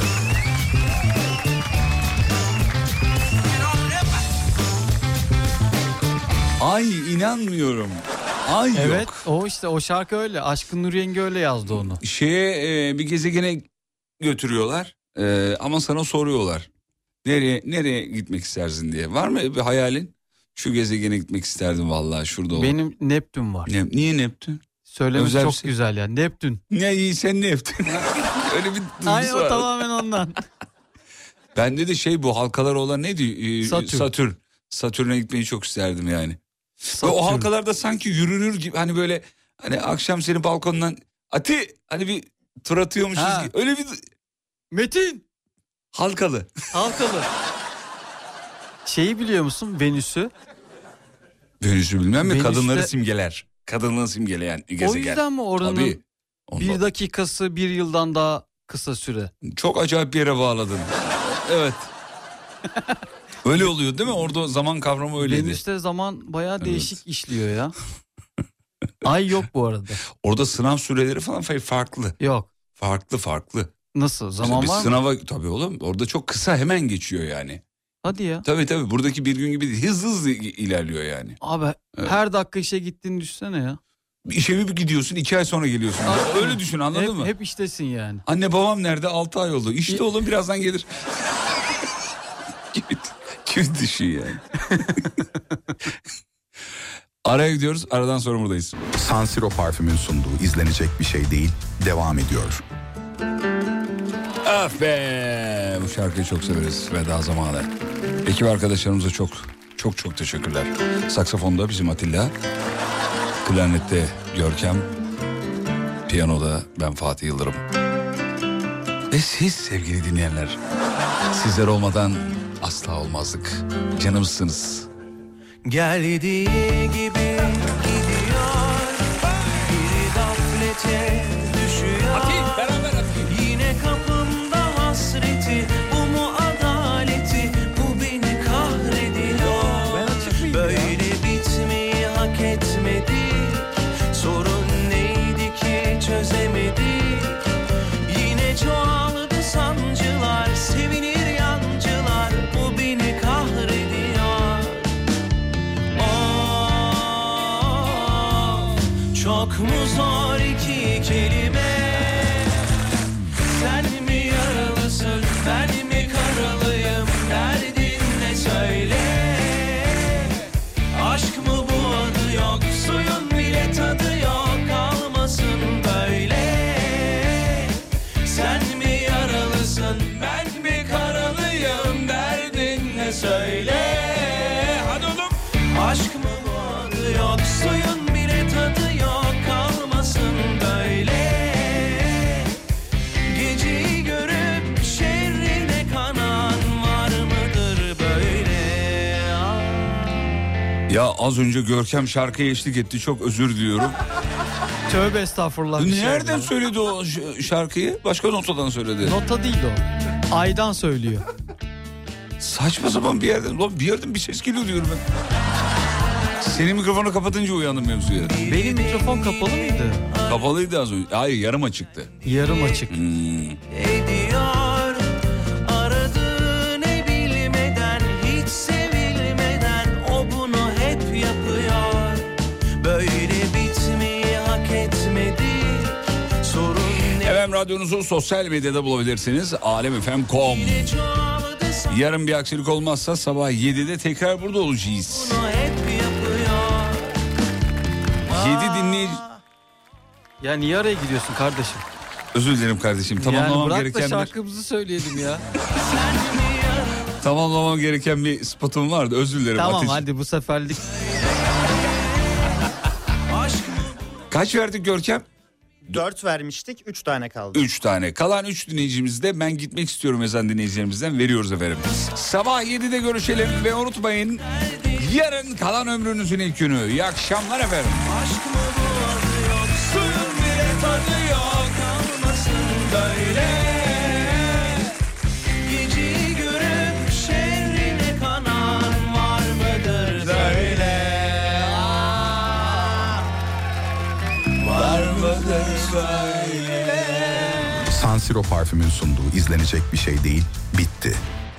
Ay inanmıyorum. Ay Evet yok. o işte o şarkı öyle. Aşkın Nur Yenge öyle yazdı onu. Şeye e, bir gezegene götürüyorlar. E, ama sana soruyorlar. Nereye nereye gitmek istersin diye. Var mı bir hayalin? Şu gezegene gitmek isterdim vallahi şurada o. Benim Neptün var. Ne, niye Neptün? Söylemesi Özel çok bir şey. güzel ya. Neptün. Ne iyi sen Neptün. Öyle bir duygusu Ay o var. tamamen ondan. Bende de şey bu halkalar olan neydi? Ee, Satürn. Satürn. Satürn'e gitmeyi çok isterdim yani. Ve Satürn. o halkalarda sanki yürünür gibi hani böyle hani akşam seni balkondan Ati hani bir tur atıyormuşuz Ha. gibi. Öyle bir Metin. halkalı. Halkalı. Şeyi biliyor musun? Venüs'ü. Venüs'ü bilmem mi? Venüs'te- Kadınları simgeler. Kadınlığı simgeleyen gezegen. O yüzden mi oranın Tabii. Ondan. bir dakikası bir yıldan daha kısa süre? Çok acayip bir yere bağladın. Evet. Öyle oluyor değil mi? Orada zaman kavramı öyleydi. Venüs'te zaman bayağı değişik evet. işliyor ya. Ay yok bu arada. Orada sınav süreleri falan farklı. Yok. Farklı farklı. Nasıl? Zaman Mesela var sınava, mı? Tabii oğlum. Orada çok kısa hemen geçiyor yani. Hadi ya. Tabii tabii. Buradaki bir gün gibi değil. Hızlı hızlı ilerliyor yani. Abi evet. Her dakika işe gittiğini düşünsene ya. İşe bir gidiyorsun, iki ay sonra geliyorsun. Abi, öyle düşün, anladın hep, mı? Hep iştesin yani. Anne babam nerede? Altı ay oldu. İşte oğlum birazdan gelir. gibi, gibi düşün yani. Araya gidiyoruz. Aradan sonra buradayız. San Siro parfümün sunduğu izlenecek bir şey değil devam ediyor. Öf be! Bu şarkıyı çok severiz. Veda zamanı. Ekip arkadaşlarımıza çok çok çok teşekkürler. Saksafonda bizim Atilla. Klarnette Görkem. Piyanoda ben Fatih Yıldırım. Ve siz sevgili dinleyenler. Sizler olmadan asla olmazdık. Canımsınız. Geldiği gibi gidiyor. Bir gaflete düşüyor. Atayım, beraber atayım. Yine kapımda hasreti. Bu mu adaleti? Bu beni kahrediyor. Ben açık mıyım Böyle ya? bitmeyi hak etmedik. Sorun neydi ki çözemedik. Yine çoğaldı sancılar. Sevinir yancılar. Bu beni kahrediyor. Oh, çok mu zor iki kelime? Sen mi yaralısın, ben mi karalıyım? Derdin ne söyle? Aşk mı bu adı yok, suyun bile tadı yok. Kalmasın böyle. Sen mi yaralısın, ben mi karalıyım? Derdin ne söyle? Hadi oğlum. Aşk mı bu adı yok, suyun bile tadı yok. Kalmasın böyle. Geceyi görüp şerrine kanan var mıdır böyle? Ah. Ya az önce Görkem şarkıya eşlik etti. Çok özür diliyorum. Tövbe estağfurullah. bir şey Nereden oldu. söyledi o ş- şarkıyı? Başka notadan söyledi. Nota değil o. Aydan söylüyor. Saçma sapan bir yerden. Ulan bir yerden bir ses geliyor diyorum ben. Senin mikrofonu kapatınca uyandım mevzuya. Benim mikrofon kapalı mıydı? Kapalıydı az önce. Hayır, yarım açıktı. Yarım açık. Hmm. Ediyor, aradı ne bilmeden, hiç sevilmeden, o bunu hep yapıyor. Böyle bitmeyi hak etmedik. Sorun ne? Efendim radyonuzu sosyal medyada bulabilirsiniz. alem f m nokta com. Yine çoğaldı sancılar. Yarın bir aksilik olmazsa sabah yedide tekrar burada olacağız. Bunu hep yapıyor. yedi dinleyici... Ya niye araya gidiyorsun kardeşim? Özür dilerim kardeşim. Yani Tamamlamam bırak da gereken bir... şarkımızı söyleyelim ya. Tamamlamam gereken bir spotum vardı. Özür dilerim. Tamam Ateş. hadi bu seferlik. Kaç verdik Görkem? Dört vermiştik, üç tane kaldı. Üç tane. Kalan üç dinleyicimiz de ben gitmek istiyorum yazan dinleyicilerimizden veriyoruz efendim. Sabah yedide görüşelim ve unutmayın yarın kalan ömrünüzün ilk günü. İyi akşamlar efendim. Aşk mı bu adı yok, suyun bile tadı yok. Kalmasın böyle. Geceyi görüp şerrine kanan var mıdır söyle? Ah, var mıdır söyle? San Siro parfümün sunduğu izlenecek bir şey değil bitti.